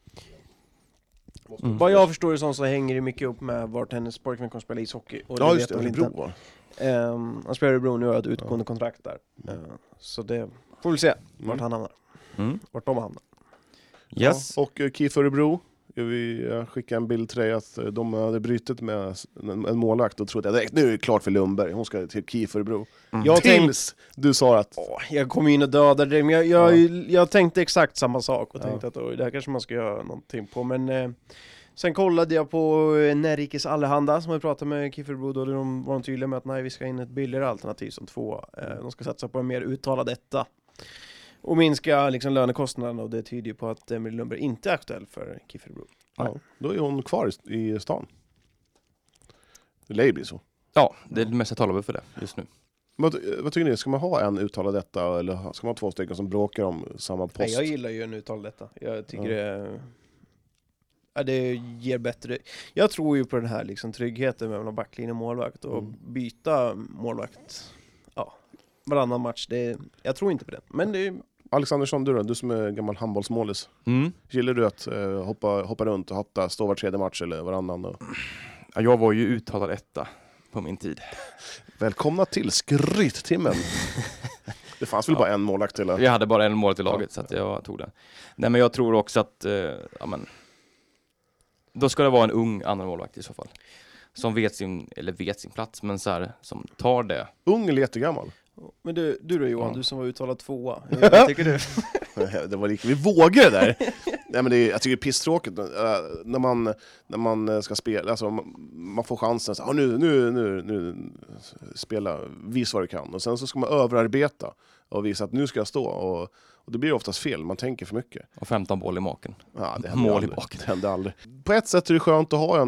Vad jag förstår det så hänger det mycket upp med vart hennes pojkvän kommer spela ishockey. Och ja, just det, Örebro. Han spelar i Örebro nu och har ett utgående kontrakt där. Så det får vi se vart han hamnar. Vart de hamnar. Yes. Ja, och KIF Örebro, jag skickade en bild till dig att de hade brytit med en målvakt och trodde att nu är det klart för Lundberg, hon ska till KIF Örebro. Tills du sa att... jag kom in och dödade det, men jag tänkte exakt samma sak och tänkte att det här kanske man ska göra någonting på, men sen kollade jag på Närrikes Allehanda som jag pratade med KIF Örebro, då de var tydliga med att nej, vi ska in ett billigare alternativ som 2. De ska satsa på en mer uttalad etta och minska liksom lönekostnaderna, och det tyder ju på att Emily Lundberg inte är aktuell för KIF Örebro. Ja, då är hon kvar i stan. Det lär ju bli så. Ja, det är det mesta talar för det just nu. Vad tycker ni? Ska man ha en uttalad detta, eller ska man ha 2 stycken som bråkar om samma post? Nej, jag gillar ju en uttalad detta. Jag tycker det ger bättre. Jag tror ju på den här liksom tryggheten mellan backlinje och målvakt, och byta målvakt varannan match. Jag tror inte på det. Men det är... Alexandersson, du som är gammal handbollsmålis. Gillar du att hoppa runt och stå var 3:e match eller varannan? Då? Ja, jag var ju uttalad etta på min tid. Välkomna till skryttimmen. Det fanns väl bara en målvakt till? Jag hade bara en målvakt i laget så att jag tog den. Nej, men jag tror också att då ska det vara en ung andra målvakt i så fall. Som vet sin plats, men så här, som tar det. Ung eller jättegammal? Men du då Johan, du som var uttalad 2. Jag tycker du. Det var vi vågar det där. Nej, men jag tycker det är pisstråkigt när man ska spela, alltså man får chansen så nu spela, visa vad du kan, och sen så ska man överarbeta och visa att nu ska jag stå, och det blir oftast fel, man tänker för mycket. Och 15 boll i maken. Ja, det mål i baken. Det händer aldrig. På ett sätt är det skönt att ha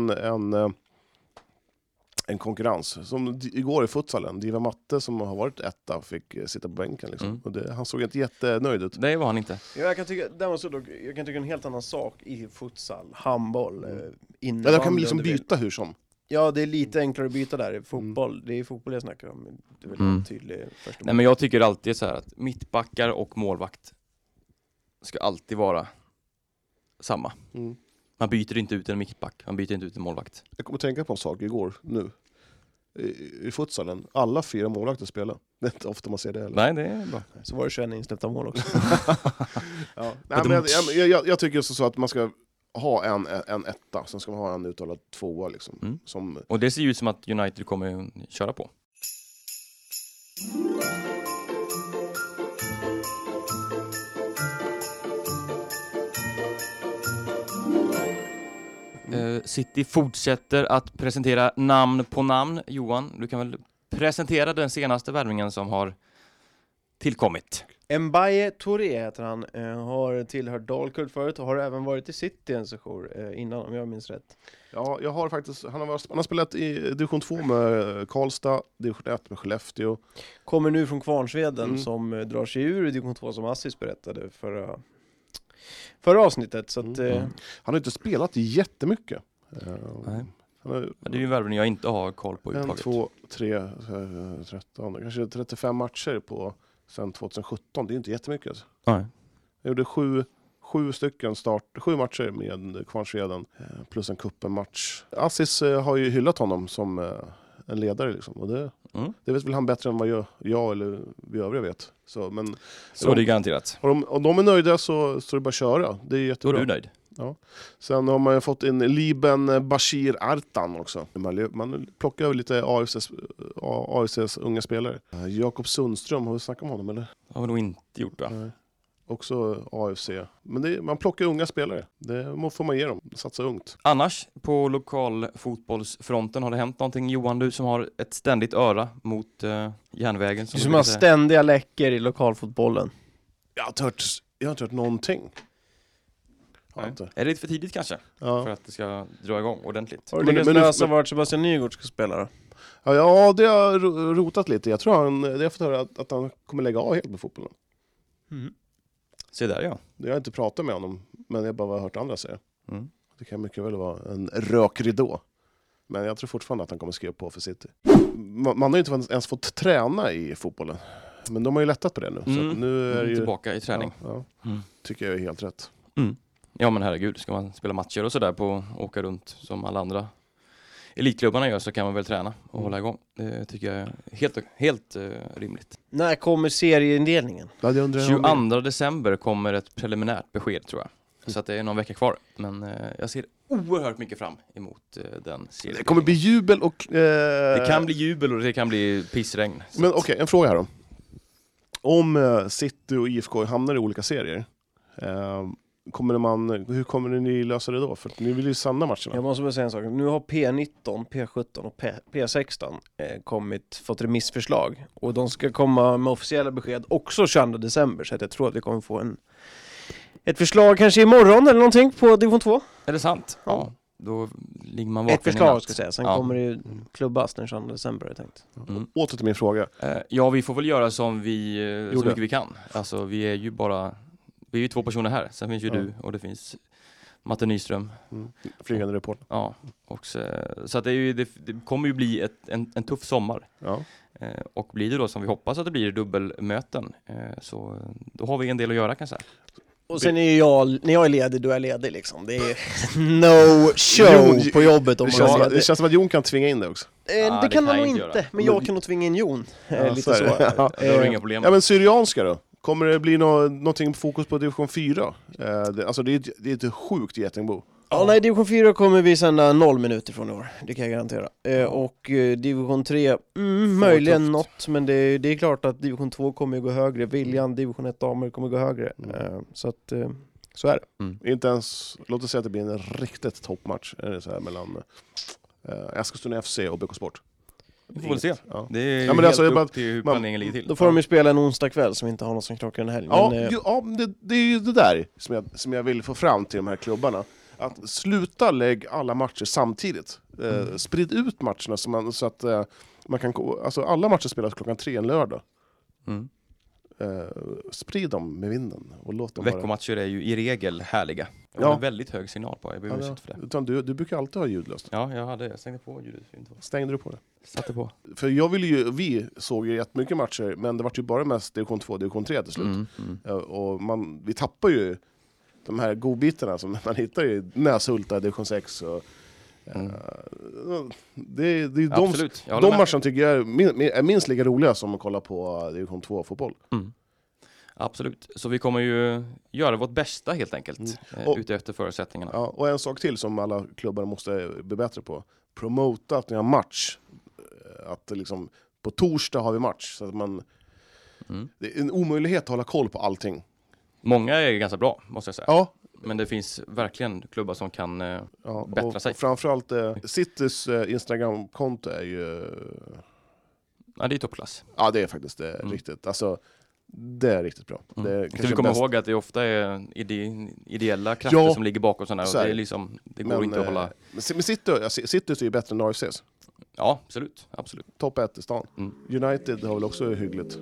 en konkurrens. Som igår i futsalen, Diva Matte som har varit etta fick sitta på bänken liksom. Och han såg inte jättenöjd ut. Det var han inte. Jag kan tycka en helt annan sak i futsal, handboll, innebandy. Ja, där kan man liksom byta hur som. Ja, det är lite enklare att byta där i fotboll. Det är fotboll jag snackar om. Det är väl tydligt. Nej, men jag tycker alltid så här att mittbackar och målvakt ska alltid vara samma. Man byter inte ut en mittback, man byter inte ut en målvakt. Jag kommer att tänka på en sak igår nu. I futsalen, alla 4 målvakter spelar. Det är inte ofta man ser det heller. Nej, det är bra. Så var det 21 insläppta mål också. Ja. Nej, men jag tycker så att man ska ha en etta, sen ska man ha en uttalad 2 liksom. Och det ser ju ut som att United kommer köra på. City fortsätter att presentera namn på namn. Johan, du kan väl presentera den senaste värvningen som har tillkommit. Mbaye Touré heter han. Har tillhört Dalkurd förut och har även varit i City en session innan, om jag minns rätt. Ja, jag har faktiskt, han har spelat i division 2 med Karlstad, division 1 med Skellefteå. Kommer nu från Kvarnsveden som drar sig ur division 2 som Assis berättade förra avsnittet. Så att, han har inte spelat jättemycket. Nej. Det är ju en värvning jag inte har koll på. 1, 2, 3, 13, kanske 35 matcher på sen 2017. Det är inte jättemycket. Alltså. Nej. Jag gjorde 7 matcher med Kvarnsveden plus en kuppen-match. Assis har ju hyllat honom som en ledare liksom. Och det vet väl han bättre än vad jag eller vi övriga vet. Så det är garanterat. Om de är nöjda så är det bara att köra. Det är jättebra. Då är du nöjd. Ja. Sen har man ju fått in Liben Bashir Artan också. Man plockar över lite AFCs unga spelare. Jakob Sundström, har vi snackat om honom eller? Har vi nog inte gjort va? Nej. Också AFC. Men man plockar unga spelare. Det får man ge dem. Satsa ungt. Annars, på lokalfotbollsfronten har det hänt någonting. Johan, du som har ett ständigt öra mot järnvägen. Du som har ständiga läckor i lokalfotbollen. Jag har inte hört någonting. Är det lite för tidigt kanske? Ja. För att det ska dra igång ordentligt. Har du lyckats lösa vart Sebastian Nygård ska spela då? Ja, det har rotat lite. Jag tror det har fått höra att han kommer lägga av helt med fotbollen. Se där ja. Jag har inte pratat med honom, men jag bara har hört andra säga. Det kan mycket väl vara en rökridå. Men jag tror fortfarande att han kommer skriva på för City. Man har ju inte ens fått träna i fotbollen. Men de har ju lättat på det nu. Så nu är det ju tillbaka i träning. Ja. Tycker jag är helt rätt. Ja men herregud, ska man spela matcher och sådär på åka runt som alla andra elitklubbarna gör så kan man väl träna och hålla igång. Det tycker jag är helt rimligt. När kommer serieindelningen? 22 december kommer ett preliminärt besked tror jag. Så att det är någon vecka kvar. Men jag ser oerhört mycket fram emot den serien. Det kommer bli jubel och... Det kan bli jubel och det kan bli pissregn. Men okej, en fråga här då. Om City och IFK hamnar i olika serier... hur kommer ni lösa det då? För ni vill ju samla matcherna. Jag måste bara säga en sak. Nu har P19, P17 och P16 fått remissförslag. Och de ska komma med officiella besked också 22 december. Så att jag tror att vi kommer få ett förslag kanske imorgon eller någonting på division 2. Är det sant? Ja. Då ligger man vaken. Ett förslag ska jag säga. Sen kommer det klubbas den 22 december, jag tänkt. Åter till min fråga. Ja, vi får väl göra så mycket vi kan. Alltså, vi är ju 2 personer här. Sen finns ju du och det finns Matte Nyström. Flygande reporter. Ja, och så att det kommer ju bli en tuff sommar. Ja. Och blir det då som vi hoppas att det blir dubbelmöten så då har vi en del att göra kanske. Och sen är när jag är ledig, då är jag ledig liksom. Det är no show på jobbet om man är ledig. Det känns som att Jon kan tvinga in det också. Det kan han nog inte, men jag kan nog tvinga in Jon. Lite så. Det har inga problem. Ja, men Syrianska då? Kommer det bli någonting fokus på division 4? Alltså det är ett sjukt Getingbo. Ja, nej, division 4 kommer vi sända 0 minuter från i år. Det kan jag garantera. Och division 3, möjligen något. Men det är klart att division 2 kommer gå högre. Viljan, division 1 damer kommer gå högre. Så att, så är det. Inte ens, låt oss säga att det blir en riktigt toppmatch. Är det så här mellan Eskilstuna FC och BK Sport? Vi får väl se. Ja. Det är helt alltså, upp till hur planeringen ligger till. Då får de ju spela en onsdag kväll som inte har något som krockar den här helgen. Det är ju det där som jag vill få fram till de här klubbarna. Att sluta lägga alla matcher samtidigt. Sprid ut matcherna så att man kan... Alltså alla matcher spelas 3:00 en lördag. Sprid dem med vinden. Och låt dem veckomatcher är ju i regel härliga. Jag har en väldigt hög signal på. Jag behöver för det. Du brukar alltid ha ljudlöst. Ja, jag stängde på ljudet. Stängde du på det? Satte på. För vi såg ju jättemycket matcher, men det var ju bara mest division 2 och division 3 till slut. Och vi tappar ju de här godbitarna som man hittar i Näshulta, division 6 och det är de matcherna tycker jag är minst lika roliga som att kolla på division 2-fotboll. Absolut, så vi kommer ju göra vårt bästa helt enkelt ute efter förutsättningarna. Ja, och en sak till som alla klubbar måste bli bättre på. Promota att ni har match. Att liksom, på torsdag har vi match. Så att det är en omöjlighet att hålla koll på allting. Många är ganska bra, måste jag säga. Ja. Men det finns verkligen klubbar som kan bättra sig. Och framförallt Citys Instagram-konto är ju... Ja, det är toppklass. Ja, det är faktiskt riktigt. Alltså, det är riktigt bra. Ska vi komma ihåg att det ofta är ideella krafter som ligger bakom sådana här. Och det går inte att hålla... Men City är ju bättre än AFCs. Ja, absolut. Topp 1 i stan. United har väl också hyggligt.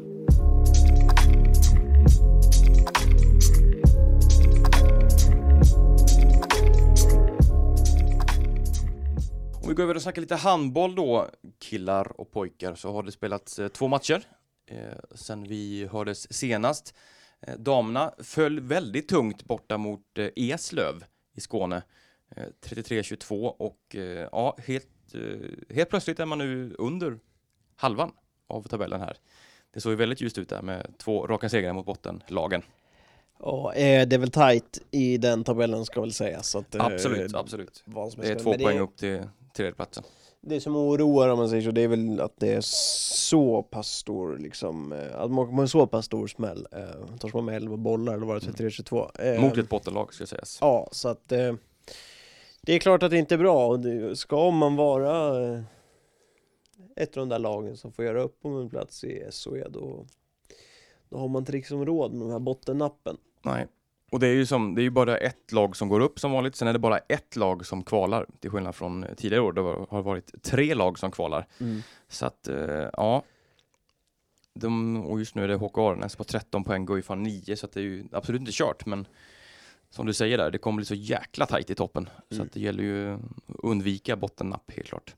vi går över och snackar lite handboll då, killar och pojkar, så har det spelats 2 matcher sen vi hördes senast. Damerna föll väldigt tungt borta mot Eslöv i Skåne, 33-22, och ja, helt plötsligt är man nu under halvan av tabellen här. Det såg ju väldigt ljust ut där med 2 raka segrar mot bottenlagen. Ja, det är väl tajt i den tabellen ska väl sägas. Så att, absolut. Det är 2 poäng upp till tredjeplatsen. Det som oroar, om man säger så, det är väl att det är så pass stor liksom, att man har så pass stor smäll. Tar man med 11 bollar eller var det 33-22. Mot ett bottenlag ska sägas. Ja, så att det är klart att det inte är bra, och ska man vara ett av de där lagen som får göra upp om en plats i SHE, då har man inte liksom råd med de här bottennappen. Nej. Och det är ju bara ett lag som går upp som vanligt. Sen är det bara ett lag som kvalar. Till skillnad från tidigare år. Det har varit 3 lag som kvalar. Så att, ja. Och just nu är det HK Aranäs på 13 poäng. Guif har 9. Så att det är ju absolut inte kört. Men som du säger där, det kommer bli så jäkla tajt i toppen. Så att det gäller ju att undvika bottennapp, helt klart.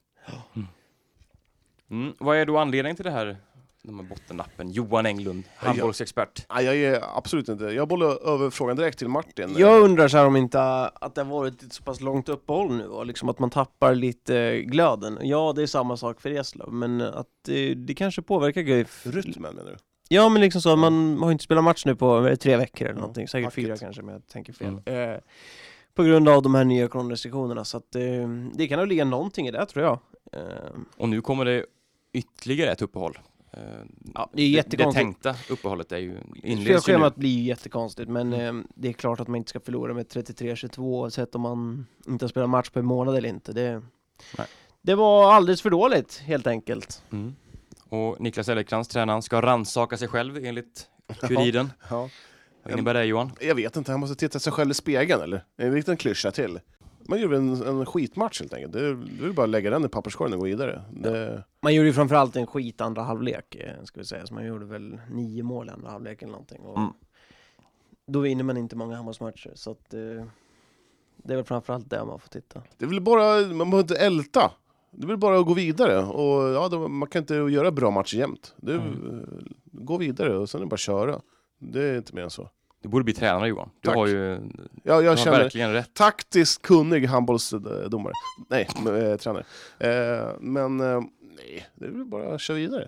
Vad är då anledningen till det här? De här bottennappen. Johan Englund, handbollsexpert. Nej, jag är absolut inte. Jag bollar över frågan direkt till Martin. Jag undrar så här om inte att det har varit ett så pass långt uppehåll nu, och liksom att man tappar lite glöden. Ja, det är samma sak för Eslöv, men att det kanske påverkar Guif. Rytmen, menar du? Ja, men liksom så, man har inte spelat match nu på 3 veckor eller någonting. Säkert 4 kanske, men jag tänker fel. På grund av de här nya coronarestriktionerna. Så att det kan nog ligga någonting i det, tror jag. Och nu kommer det ytterligare ett uppehåll. Ja, det är jättekonstigt. Det tänkta uppehållet är ju Spelschemat blir ju jättekonstigt, men det är klart att man inte ska förlora med 33-22 oavsett om man inte har spelat match på en månad eller inte. Det var alldeles för dåligt, helt enkelt. Och Niklas Ellerkrans, tränaren, ska rannsaka sig själv enligt Kuriren. Ja. Vad innebär det, Johan? Jag vet inte, han måste titta sig själv i spegeln, eller? En liten klyscha till. Man gjorde en skitmatch helt enkelt. Det är bara att lägga den i papperskorgen och gå vidare. Man gjorde ju framförallt en skit andra halvlek, ska vi säga. Så man gjorde väl 9 mål andra halvlek eller någonting. Och då vinner man inte många handbollsmatcher. Så att, det är väl framförallt där man får titta. Det är väl bara, man behöver inte älta. Det är väl bara att gå vidare. Och ja, man kan inte göra bra matcher jämt. Gå vidare och sen är det bara att köra. Det är inte mer än så. Du borde bli tränare, Johan. Du Tack. har ju jag känner verkligen rätt. Taktiskt kunnig handbollsdomare. Nej, tränare. Men nej, det är väl bara att köra vidare.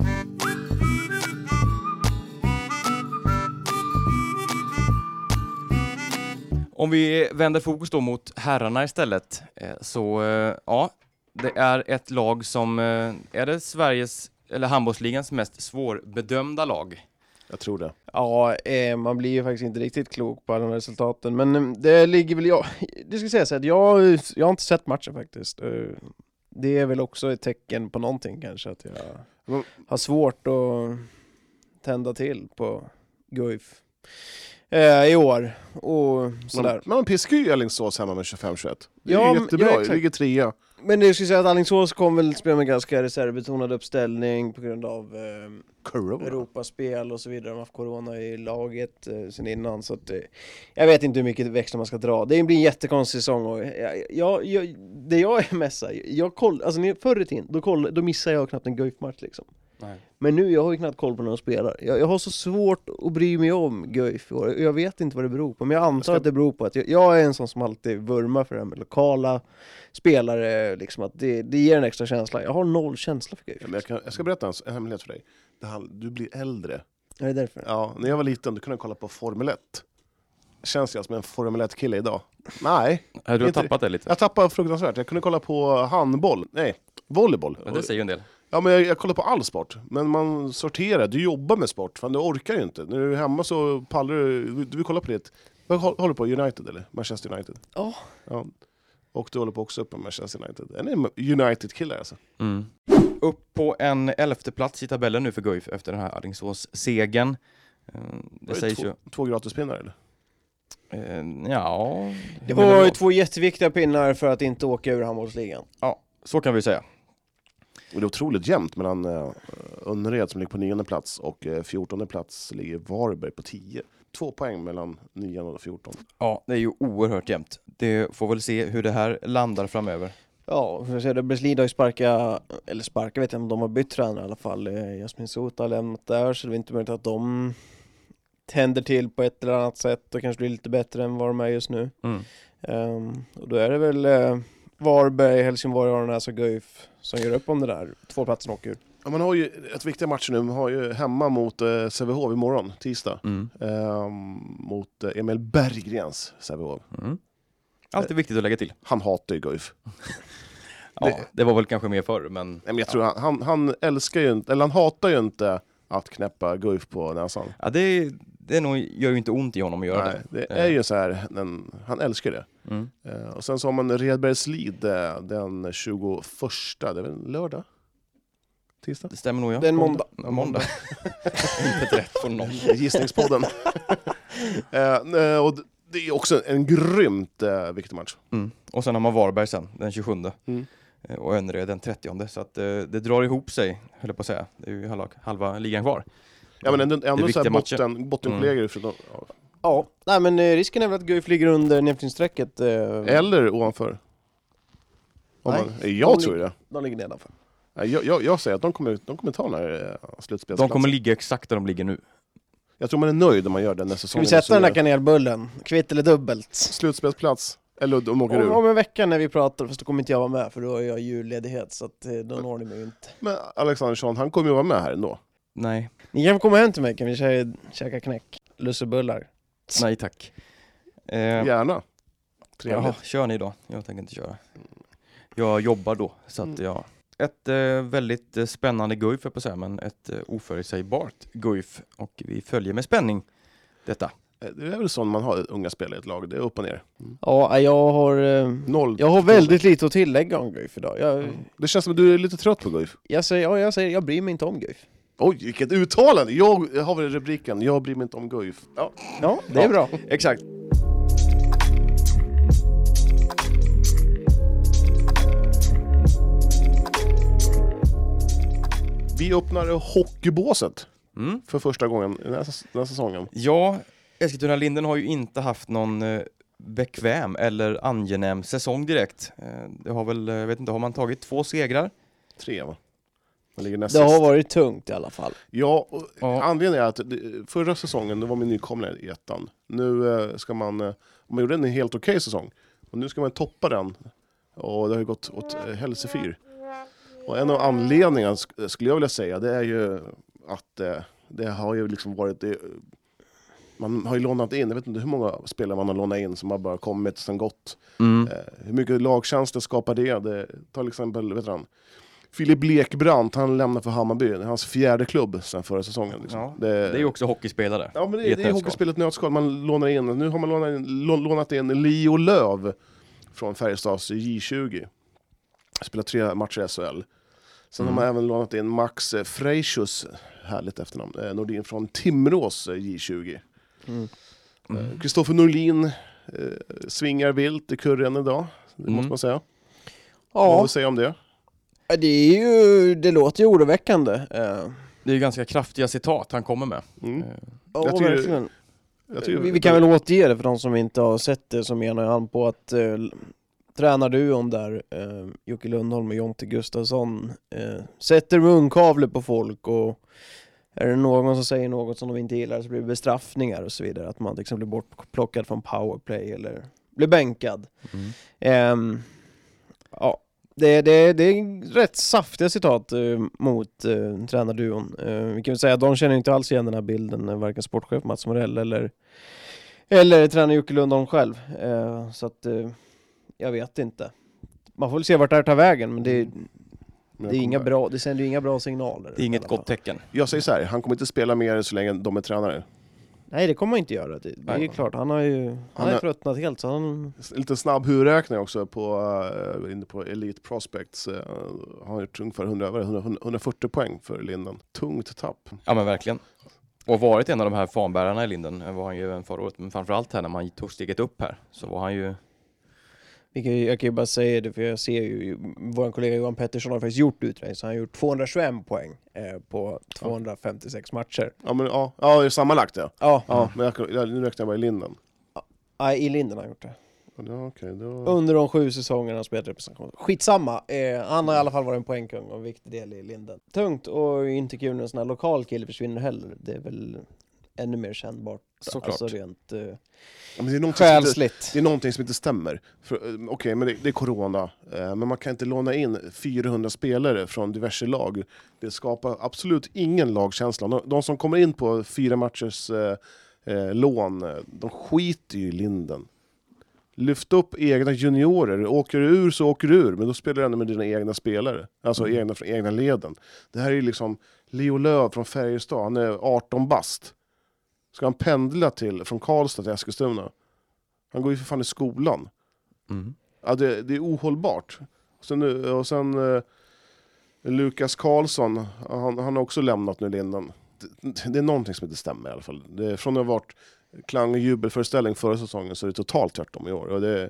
Om vi vänder fokus då mot herrarna istället, så ja, det är ett lag som är det Sveriges eller handbollsligans mest svårbedömda lag. Jag tror det. Ja, man blir ju faktiskt inte riktigt klok på alla de här resultaten. Men det ligger väl det ska säga så att jag har inte sett matchen faktiskt. Det är väl också ett tecken på någonting kanske, att jag har svårt att tända till på Guif i år och sådär. Men man piskar ju Alingsås hemma med 25-21. Det är Ja, jättebra, ja, det ligger 3. Men det skulle säga att Alingsås kom väl spela med ganska reservbetonad uppställning på grund av Europaspel och så vidare. De har haft corona i laget sen innan, så att jag vet inte hur mycket växlar man ska dra. Det blir en jättekonstig säsong, och det jag är messa, alltså förr i tiden då missar jag knappt en Guif-match liksom. Nej. Men nu, jag har ju knappt koll på några spelare. Jag har så svårt att bry mig om Guif. Jag vet inte vad det beror på, men jag antar att det beror på att jag är en sån som alltid vurmar för det här med lokala spelare, liksom, att det ger en extra känsla. Jag har 0 känsla för Guif. Ja, men jag ska berätta en hemlighet för dig. Du blir äldre. Är det därför? Ja, när jag var liten, du kunde kolla på Formel 1. Känns jag som en Formel 1-kille idag? Nej. Du har tappat det lite. Jag tappade fruktansvärt. Jag kunde kolla på handboll. Nej, volleyboll. Ja, det säger ju en del. Ja, men jag kollar på all sport. Men man sorterar. Du jobbar med sport. Fan, du orkar ju inte. När du är hemma så pallar du. Du vill kolla på det. Vad håller du på? United eller? Manchester United? Ja. Och du håller på också upp med Manchester United. En United-kille alltså. Upp på en 11:e plats i tabellen nu för Guif efter den här Alingsås-segern. Det sägs ju 2 gratispinnar eller? Ja. Det var ju 2 jätteviktiga pinnar för att inte åka ur handbollsligan. Ja, så kan vi säga. Och det är otroligt jämnt mellan Önnered som ligger på 9:e plats och 14:e plats ligger Varberg på 10. 2 poäng mellan 9 och 14. Ja, det är ju oerhört jämnt. Det får väl se hur det här landar framöver. Ja, Breslid har ju sparkat vet jag om de har bytt tränare i alla fall. Jasmin Sota har lämnat där, så det är inte möjligt att de tänder till på ett eller annat sätt och kanske blir lite bättre än vad de är just nu. Och då är det väl Varberg, Helsingborg, Arnäs och Guif som gör upp om det där. 2 platser åker ur. Ja, man har ju ett viktigt match nu. Man har ju hemma mot Sävehof imorgon, tisdag. Mot Emil Berggrens Sävehof. Alltid viktigt att lägga till. Han hatar ju Guif. Ja, det var väl kanske mer förr, men... Men jag tror han älskar ju inte, eller han hatar ju inte att knäppa Guif på näsan. Ja, det gör ju inte ont i honom att göra. Nej, det är ju så här, han älskar det. Och sen så har man Redbergslid den 21, det är väl lördag? Tisdag? Det stämmer nog, ja. Det är en måndag. Måndag. Inte rätt på någon. Gissningspodden. Och det är också en grymt viktig match. Och sen har man Varberg sen, den 27. Och Önnered den 30. Så att det drar ihop sig, höll jag på att säga. Det är ju halva ligan kvar. Ja, men ändå så här bottenkollegor. Ja, nej, men risken är väl att Guif ligger under nedflyttningsstrecket. Eller ovanför. Jag tror det. De ligger nedanför. Jag säger att de kommer ta den här slutspelsplatsen. De kommer ligga exakt där de ligger nu. Jag tror man är nöjd om man gör den nästa säsong. Ska vi sätta den där kanelbullen? Kvitt eller dubbelt? Slutspelsplats. Eller de åker ur. Om en vecka när vi pratar, fast då kommer inte jag vara med, för då är jag julledighet, så att då når ni mig inte. Men Alexandersson, han kommer ju vara med här ändå. Nej. Ni kan komma hem till mig, kan vi käka knäck, lussebullar. Nej tack. Gärna. Trevligt. Jaha, kör ni då? Jag tänker inte köra. Jag jobbar då, så att jag... Ett väldigt spännande Guif, på säga, men ett oförutsägbart Guif. Och vi följer med spänning detta. Det är väl så man har unga spelare i ett lag, det är upp och ner. Ja, jag har väldigt lite att tillägga om Guif idag. Det känns som att du är lite trött på Guif. Jag säger, jag bryr mig inte om Guif. Oj, vilket uttalande! Jag har väl rubriken, jag bryr mig inte om Guif. Ja, det är bra. Exakt. Vi öppnar hockeybåset för första gången den här säsongen. Ja, Eskilstuna-Linden har ju inte haft någon bekväm eller angenäm säsong direkt. Det har väl, jag vet inte, har man tagit 2 segrar? 3, va? Det har varit tungt i alla fall. Ja, anledningen är att förra säsongen då var man nykomlare i ettan. Nu ska man gjorde en helt okej säsong. Och nu ska man toppa den. Och det har ju gått åt hälsefyr. Och en av anledningarna skulle jag vilja säga, det är ju att det har ju liksom varit... Man har ju lånat in, jag vet inte hur många spelare man har lånat in som har bara kommit sen gått. Hur mycket lagtjänster skapar det? Det tar till exempel, vet du, Filip Lekbrant, han lämnar för Hammarby. Det är hans 4:e klubb sen förra säsongen. Liksom. Ja, det är ju också hockeyspelare. Ja, men det är hockeyspelet nötskal. Man lånar in. Nu har man lånat in Leo Löv från Färjestads J20. Spelat 3 matcher i SHL. Sen har man även lånat in Max Freisius, härligt efternamn, Nordin från Timrås J20. Kristoffer Norlin svingar vilt i kurren idag, måste man säga. Ja. Vad vill säga om det? Det låter ju oroväckande. Det är ju ganska kraftiga citat han kommer med. Ja, verkligen. Vi kan väl återge det för de som inte har sett det, så menar han på att tränarduon där, Jocke Lundholm och Jonte Gustafsson, sätter munkavle på folk, och är det någon som säger något som de inte gillar så blir det bestraffningar och så vidare. Att man liksom blir bortplockad från powerplay eller blir bänkad. Ja, det är rätt saftiga citat mot tränarduon. Vi kan väl säga att de känner inte alls igen den här bilden, varken sportchef Mats Morell eller tränare Jocke Lundholm själv. Så att jag vet inte. Man får väl se vart det här tar vägen, men det sänder ju inga bra signaler. Det är inget gott tecken. Jag säger så här, han kommer inte spela mer så länge de är tränare. Nej, det kommer man inte göra. Det är ju klart, han har tröttnat helt. Så lite snabb huvudräkning också på Elite Prospects. Han har gjort ungefär 140 poäng för Linden. Tungt tapp. Ja, men verkligen. Och varit en av de här fanbärarna i Linden var han ju även förra året. Men framförallt här när man tog steget upp här så var han ju... Jag kan ju bara säga det, för jag ser ju vår kollega Johan Pettersson har faktiskt gjort uträkning, så han har gjort 221 poäng på 256 matcher. Ja, men ja, sammanlagt ja. Ja. Men nu räknar jag bara i Linden. Ja, i Linden har han gjort det. Ja, okay, då... Under de 7 säsongerna han spelat representation. Skitsamma, han har i alla fall varit en poängkung och en viktig del i Linden. Tungt och inte kul när en sån här lokal kille försvinner heller. Det är väl ännu mer kännbart. Såklart. Alltså rent men det är själsligt. Det är någonting som inte stämmer. Okej, men det är corona. Men man kan inte låna in 400 spelare från diverse lag. Det skapar absolut ingen lagkänsla. De som kommer in på 4 matchers lån, de skiter ju i Linden. Lyft upp egna juniorer. Åker du ur så åker du ur. Men då spelar du ändå med dina egna spelare. Alltså egna leden. Det här är liksom Leo Löv från Färjestad. Han är 18 bast. Ska han pendla från Karlstad till Eskilstuna? Han går ju för fan i skolan. Ja, det är ohållbart. Och sen Lukas Karlsson, han har också lämnat nu Linden. Det är någonting som inte stämmer i alla fall. Från att ha varit klang- och jubelföreställning förra säsongen så är det totalt tvärtom i år. Och det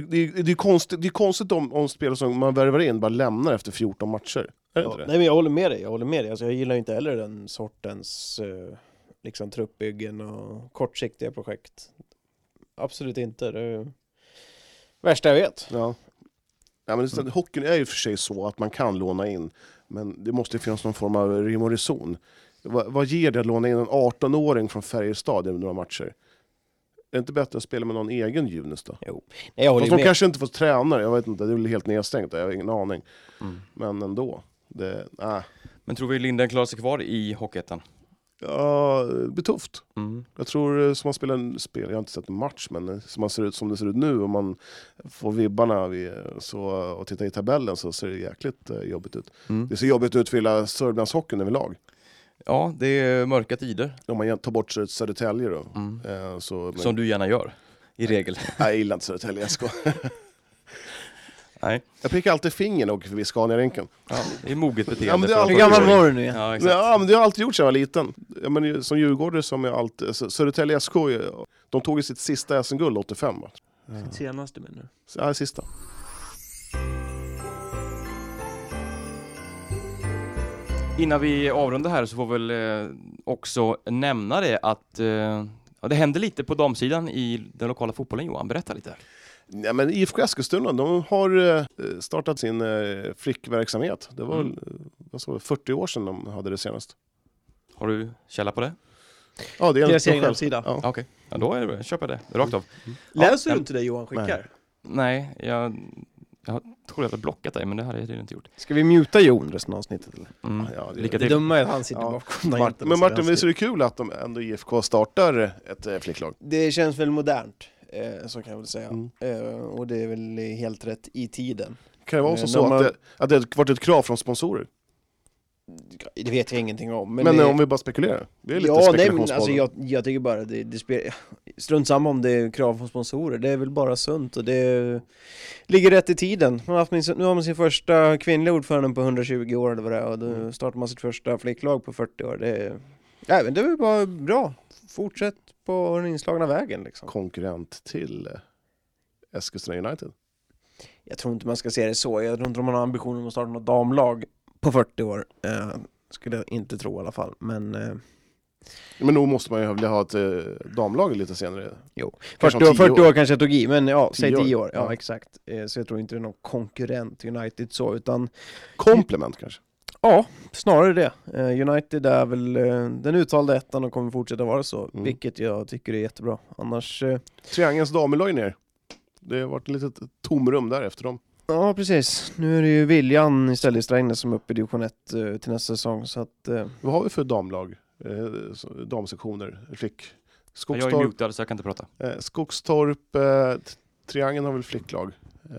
är konstigt om spelare som man värvar in bara lämnar efter 14 matcher. Är det inte det? Nej, men jag håller med dig. Alltså, jag gillar inte heller den sortens liksom truppbyggen och kortsiktiga projekt. Absolut inte. Det är värsta jag vet. Ja, men hockeyn är ju för sig så att man kan låna in. Men det måste finnas någon form av rim och reson. Vad ger det att låna in en 18-åring från Färjestad i några matcher? Är det inte bättre att spela med någon egen Junis då? Jo. Nej, jag håller fast de med. kanske inte får träna, jag vet inte, det är väl helt nedstängt, jag har ingen aning. Men ändå. Men tror vi Linden klarar sig kvar i Hockeyettan? Ja, det blir tufft. Jag tror som man spelar jag har inte sett en match, men som det ser ut nu, om man får vibbarna och tittar i tabellen så ser det jäkligt jobbigt ut. Det ser jobbigt ut för hela Sörmlands hockeyn överlag. Ja, det är mörka tider. Om man tar bort Södertälje då. Som du gärna gör, i regel. Nej, jag gillar inte Södertälje, jag ska. Nej. Jag prickar alltid fingern och åker förbi Scania-rinken. Ja, det är moget beteende. Ja, men det är Hur gammal var du nu? Ja, exakt. Ja, men det har alltid gjort sedan jag var liten. Ja, men som djurgårdare som jag alltid... Södertälje SK, de tog ju sitt sista SM-guld 85. Sitt senaste menar du? Ja, sista. Innan vi avrundar här så får väl också nämna det att det händer lite på damsidan i den lokala fotbollen. Johan, berätta lite. Ja, men IFK Eskilstuna, de har startat sin flickverksamhet. Det var väl 40 år sedan de hade det senast. Har du källa på det? Ja, det är deras egen hemsida. Ja. Okej, ja, då köper jag det rakt av. Läser du inte det Johan skickar? Nej, jag tror jag hade blockat dig, men det hade jag inte gjort. Ska vi muta Jon resten av avsnittet eller? Ja, Lycka Det till. dumma är att han sitter bakom dig. Men Martin, visst är det kul att de ändå IFK startar ett flicklag? Det känns väl modernt, så kan jag väl säga. Och det är väl helt rätt i tiden. Kan det vara också så att det varit ett krav från sponsorer? Det vet jag ingenting om. Men om vi bara spekulerar. Det är lite spekulationsbåd. Jag tycker bara det strunt samma om det är krav från sponsorer. Det är väl bara sunt och det ligger rätt i tiden. Nu har man sin första kvinnliga ordförande på 120 år eller vad det är, och då startar man sitt första flicklag på 40 år. Det är väl bara bra. Fortsätt på den inslagna vägen liksom. Konkurrent till Eskilstuna United. Jag tror inte man ska se det så. Jag tror inte de har någon ambition om att starta något damlag på 40 år. Skulle jag inte tro i alla fall. Men nog måste man ju vilja ha ett damlag lite senare. Jo, Kanske 40 år kanske jag tog i, men ja, säg 10 år. Ja, Ja. exakt. Så jag tror inte det är någon konkurrent till United så, utan Komplement kanske. ja, snarare det. United är väl den utvalda ettan och kommer fortsätta vara så, vilket jag tycker är jättebra. Annars... Triangelns damer la ju ner. Det har varit ett litet tomrum där efter dem. Ja, precis. Nu är det ju Viljan istället i Strängnäs som är uppe i division 1 till nästa säsong. Så att, Vad har vi för damlag? Damsektioner? Jag är Skogstorp, mutad så jag kan inte prata. Skogstorp Triangeln har väl flicklag.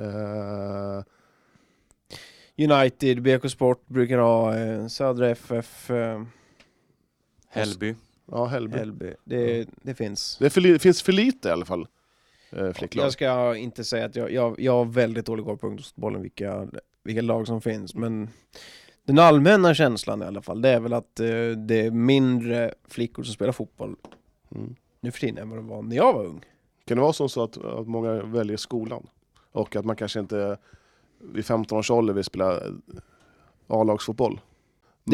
United, BK Sport brukar ha Södra FF, Hällby. Ja, Hällby. Hällby. Det finns. Det finns för lite i alla fall. Flicklag. Jag ska inte säga att jag har väldigt dålig koll på ungdomsbollen vilka lag som finns, men den allmänna känslan i alla fall, det är väl att det är mindre flickor som spelar fotboll nu för tiden än vad det var när jag var ung. Kan det vara så att många väljer skolan? Och att man kanske inte vid 15 års ålder vill spela A-lagsfotboll? Det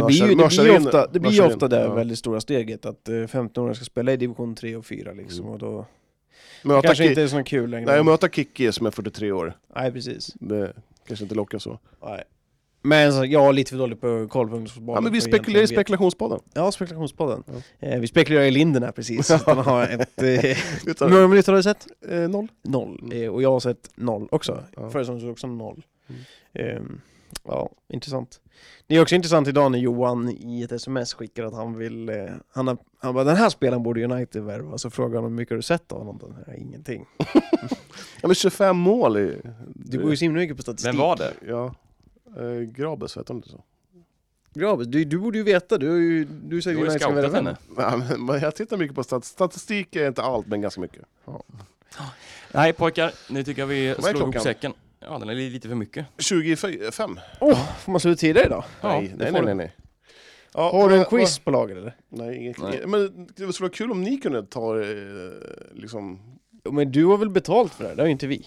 blir ju ofta det väldigt stora steget att 15-åringar ska spela i division 3 och 4 liksom, och då Kanske inte är så kul längre. Nej, möta Kicki som är 43 år. Nej, precis. Det kanske inte lockar så. Nej. Men så, jag är lite för dålig på koll på ungdomsfotbollen. Ja, men vi spekulerar i spekulationspodden. Ja, spekulationspodden. Vi spekulerar i Linden här precis. Han har ett... Hur många minuter har du sett? 0. Och jag har sett 0 också. Förra såg också 0. Ja, intressant. Det är också intressant idag när Johan i ett sms skickar att han vill... Han bara, den här spelaren borde United värva. Så frågar han hur mycket har du sett av honom? Nej, ingenting. Ja, men 25 mål i... Du går ju så mycket på statistik. Vem var det? Ja. Grabes, vet du inte så? Grabes, du borde ju veta. Du säger ju scoutat henne. Nej, men jag tittar mycket på statistik är inte allt, men ganska mycket. Ja. Nej pojkar, nu tycker jag vi är slår ihop klockan? säcken. Ja, den är lite för mycket. 25. Får man sluta tidigare idag? Nej. Ja, Har du en quiz på lager eller? Nej, inget. Men det skulle vara kul om ni kunde ta liksom... Men du har väl betalt för det har ju inte vi.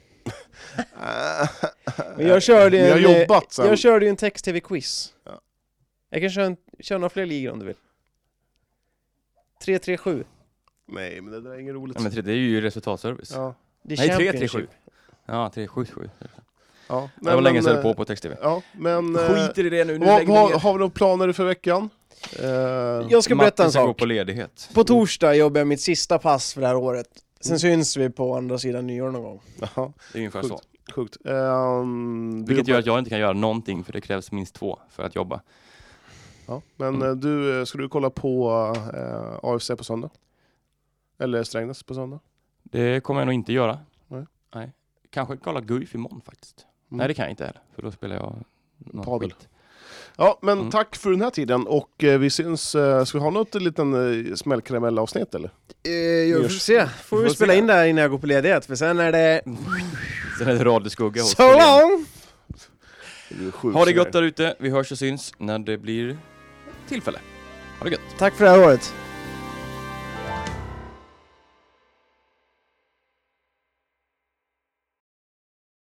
Men jag körde Vi har jobbat sen. Jag körde ju en text-tv-quiz. Ja. Jag kan köra några fler ligor om du vill. 3-3-7. Nej, men det där är inget roligt. Ja, men det är ju resultatservice. Ja. Det Nej, Championship. 3-3-7. Ja, 3-7-7. Ja, Det var länge sedan på text-tv. Ja, men... Skiter i det nu lägger vi ner. Har vi några planer för veckan? Jag ska berätta en Matte ska gå sak. på ledighet. På torsdag jobbar jag mitt sista pass för det här året. Sen syns vi på andra sidan nyår någon gång. Jaha, Det är ungefär så. sjukt. Vilket gör att jag inte kan göra någonting för det krävs minst 2 för att jobba. Ja, men ska du kolla på AFC på söndag? Eller Strängnäs på söndag? Det kommer jag nog inte göra. Nej. Kanske kolla Guif imorgon faktiskt. Nej, det kan jag inte heller. För då spelar jag något Padel. skit. Ja, men tack för den här tiden. Och vi syns... ska vi ha något liten smällkaramell-avsnitt eller? Jag får se. Får vi spela in där innan jag går på ledighet. För sen är det... Sen är det radioskugga hos So long! Ha det gött där ute. Vi hörs och syns när det blir tillfälle. Ha det gött. Tack för det här året.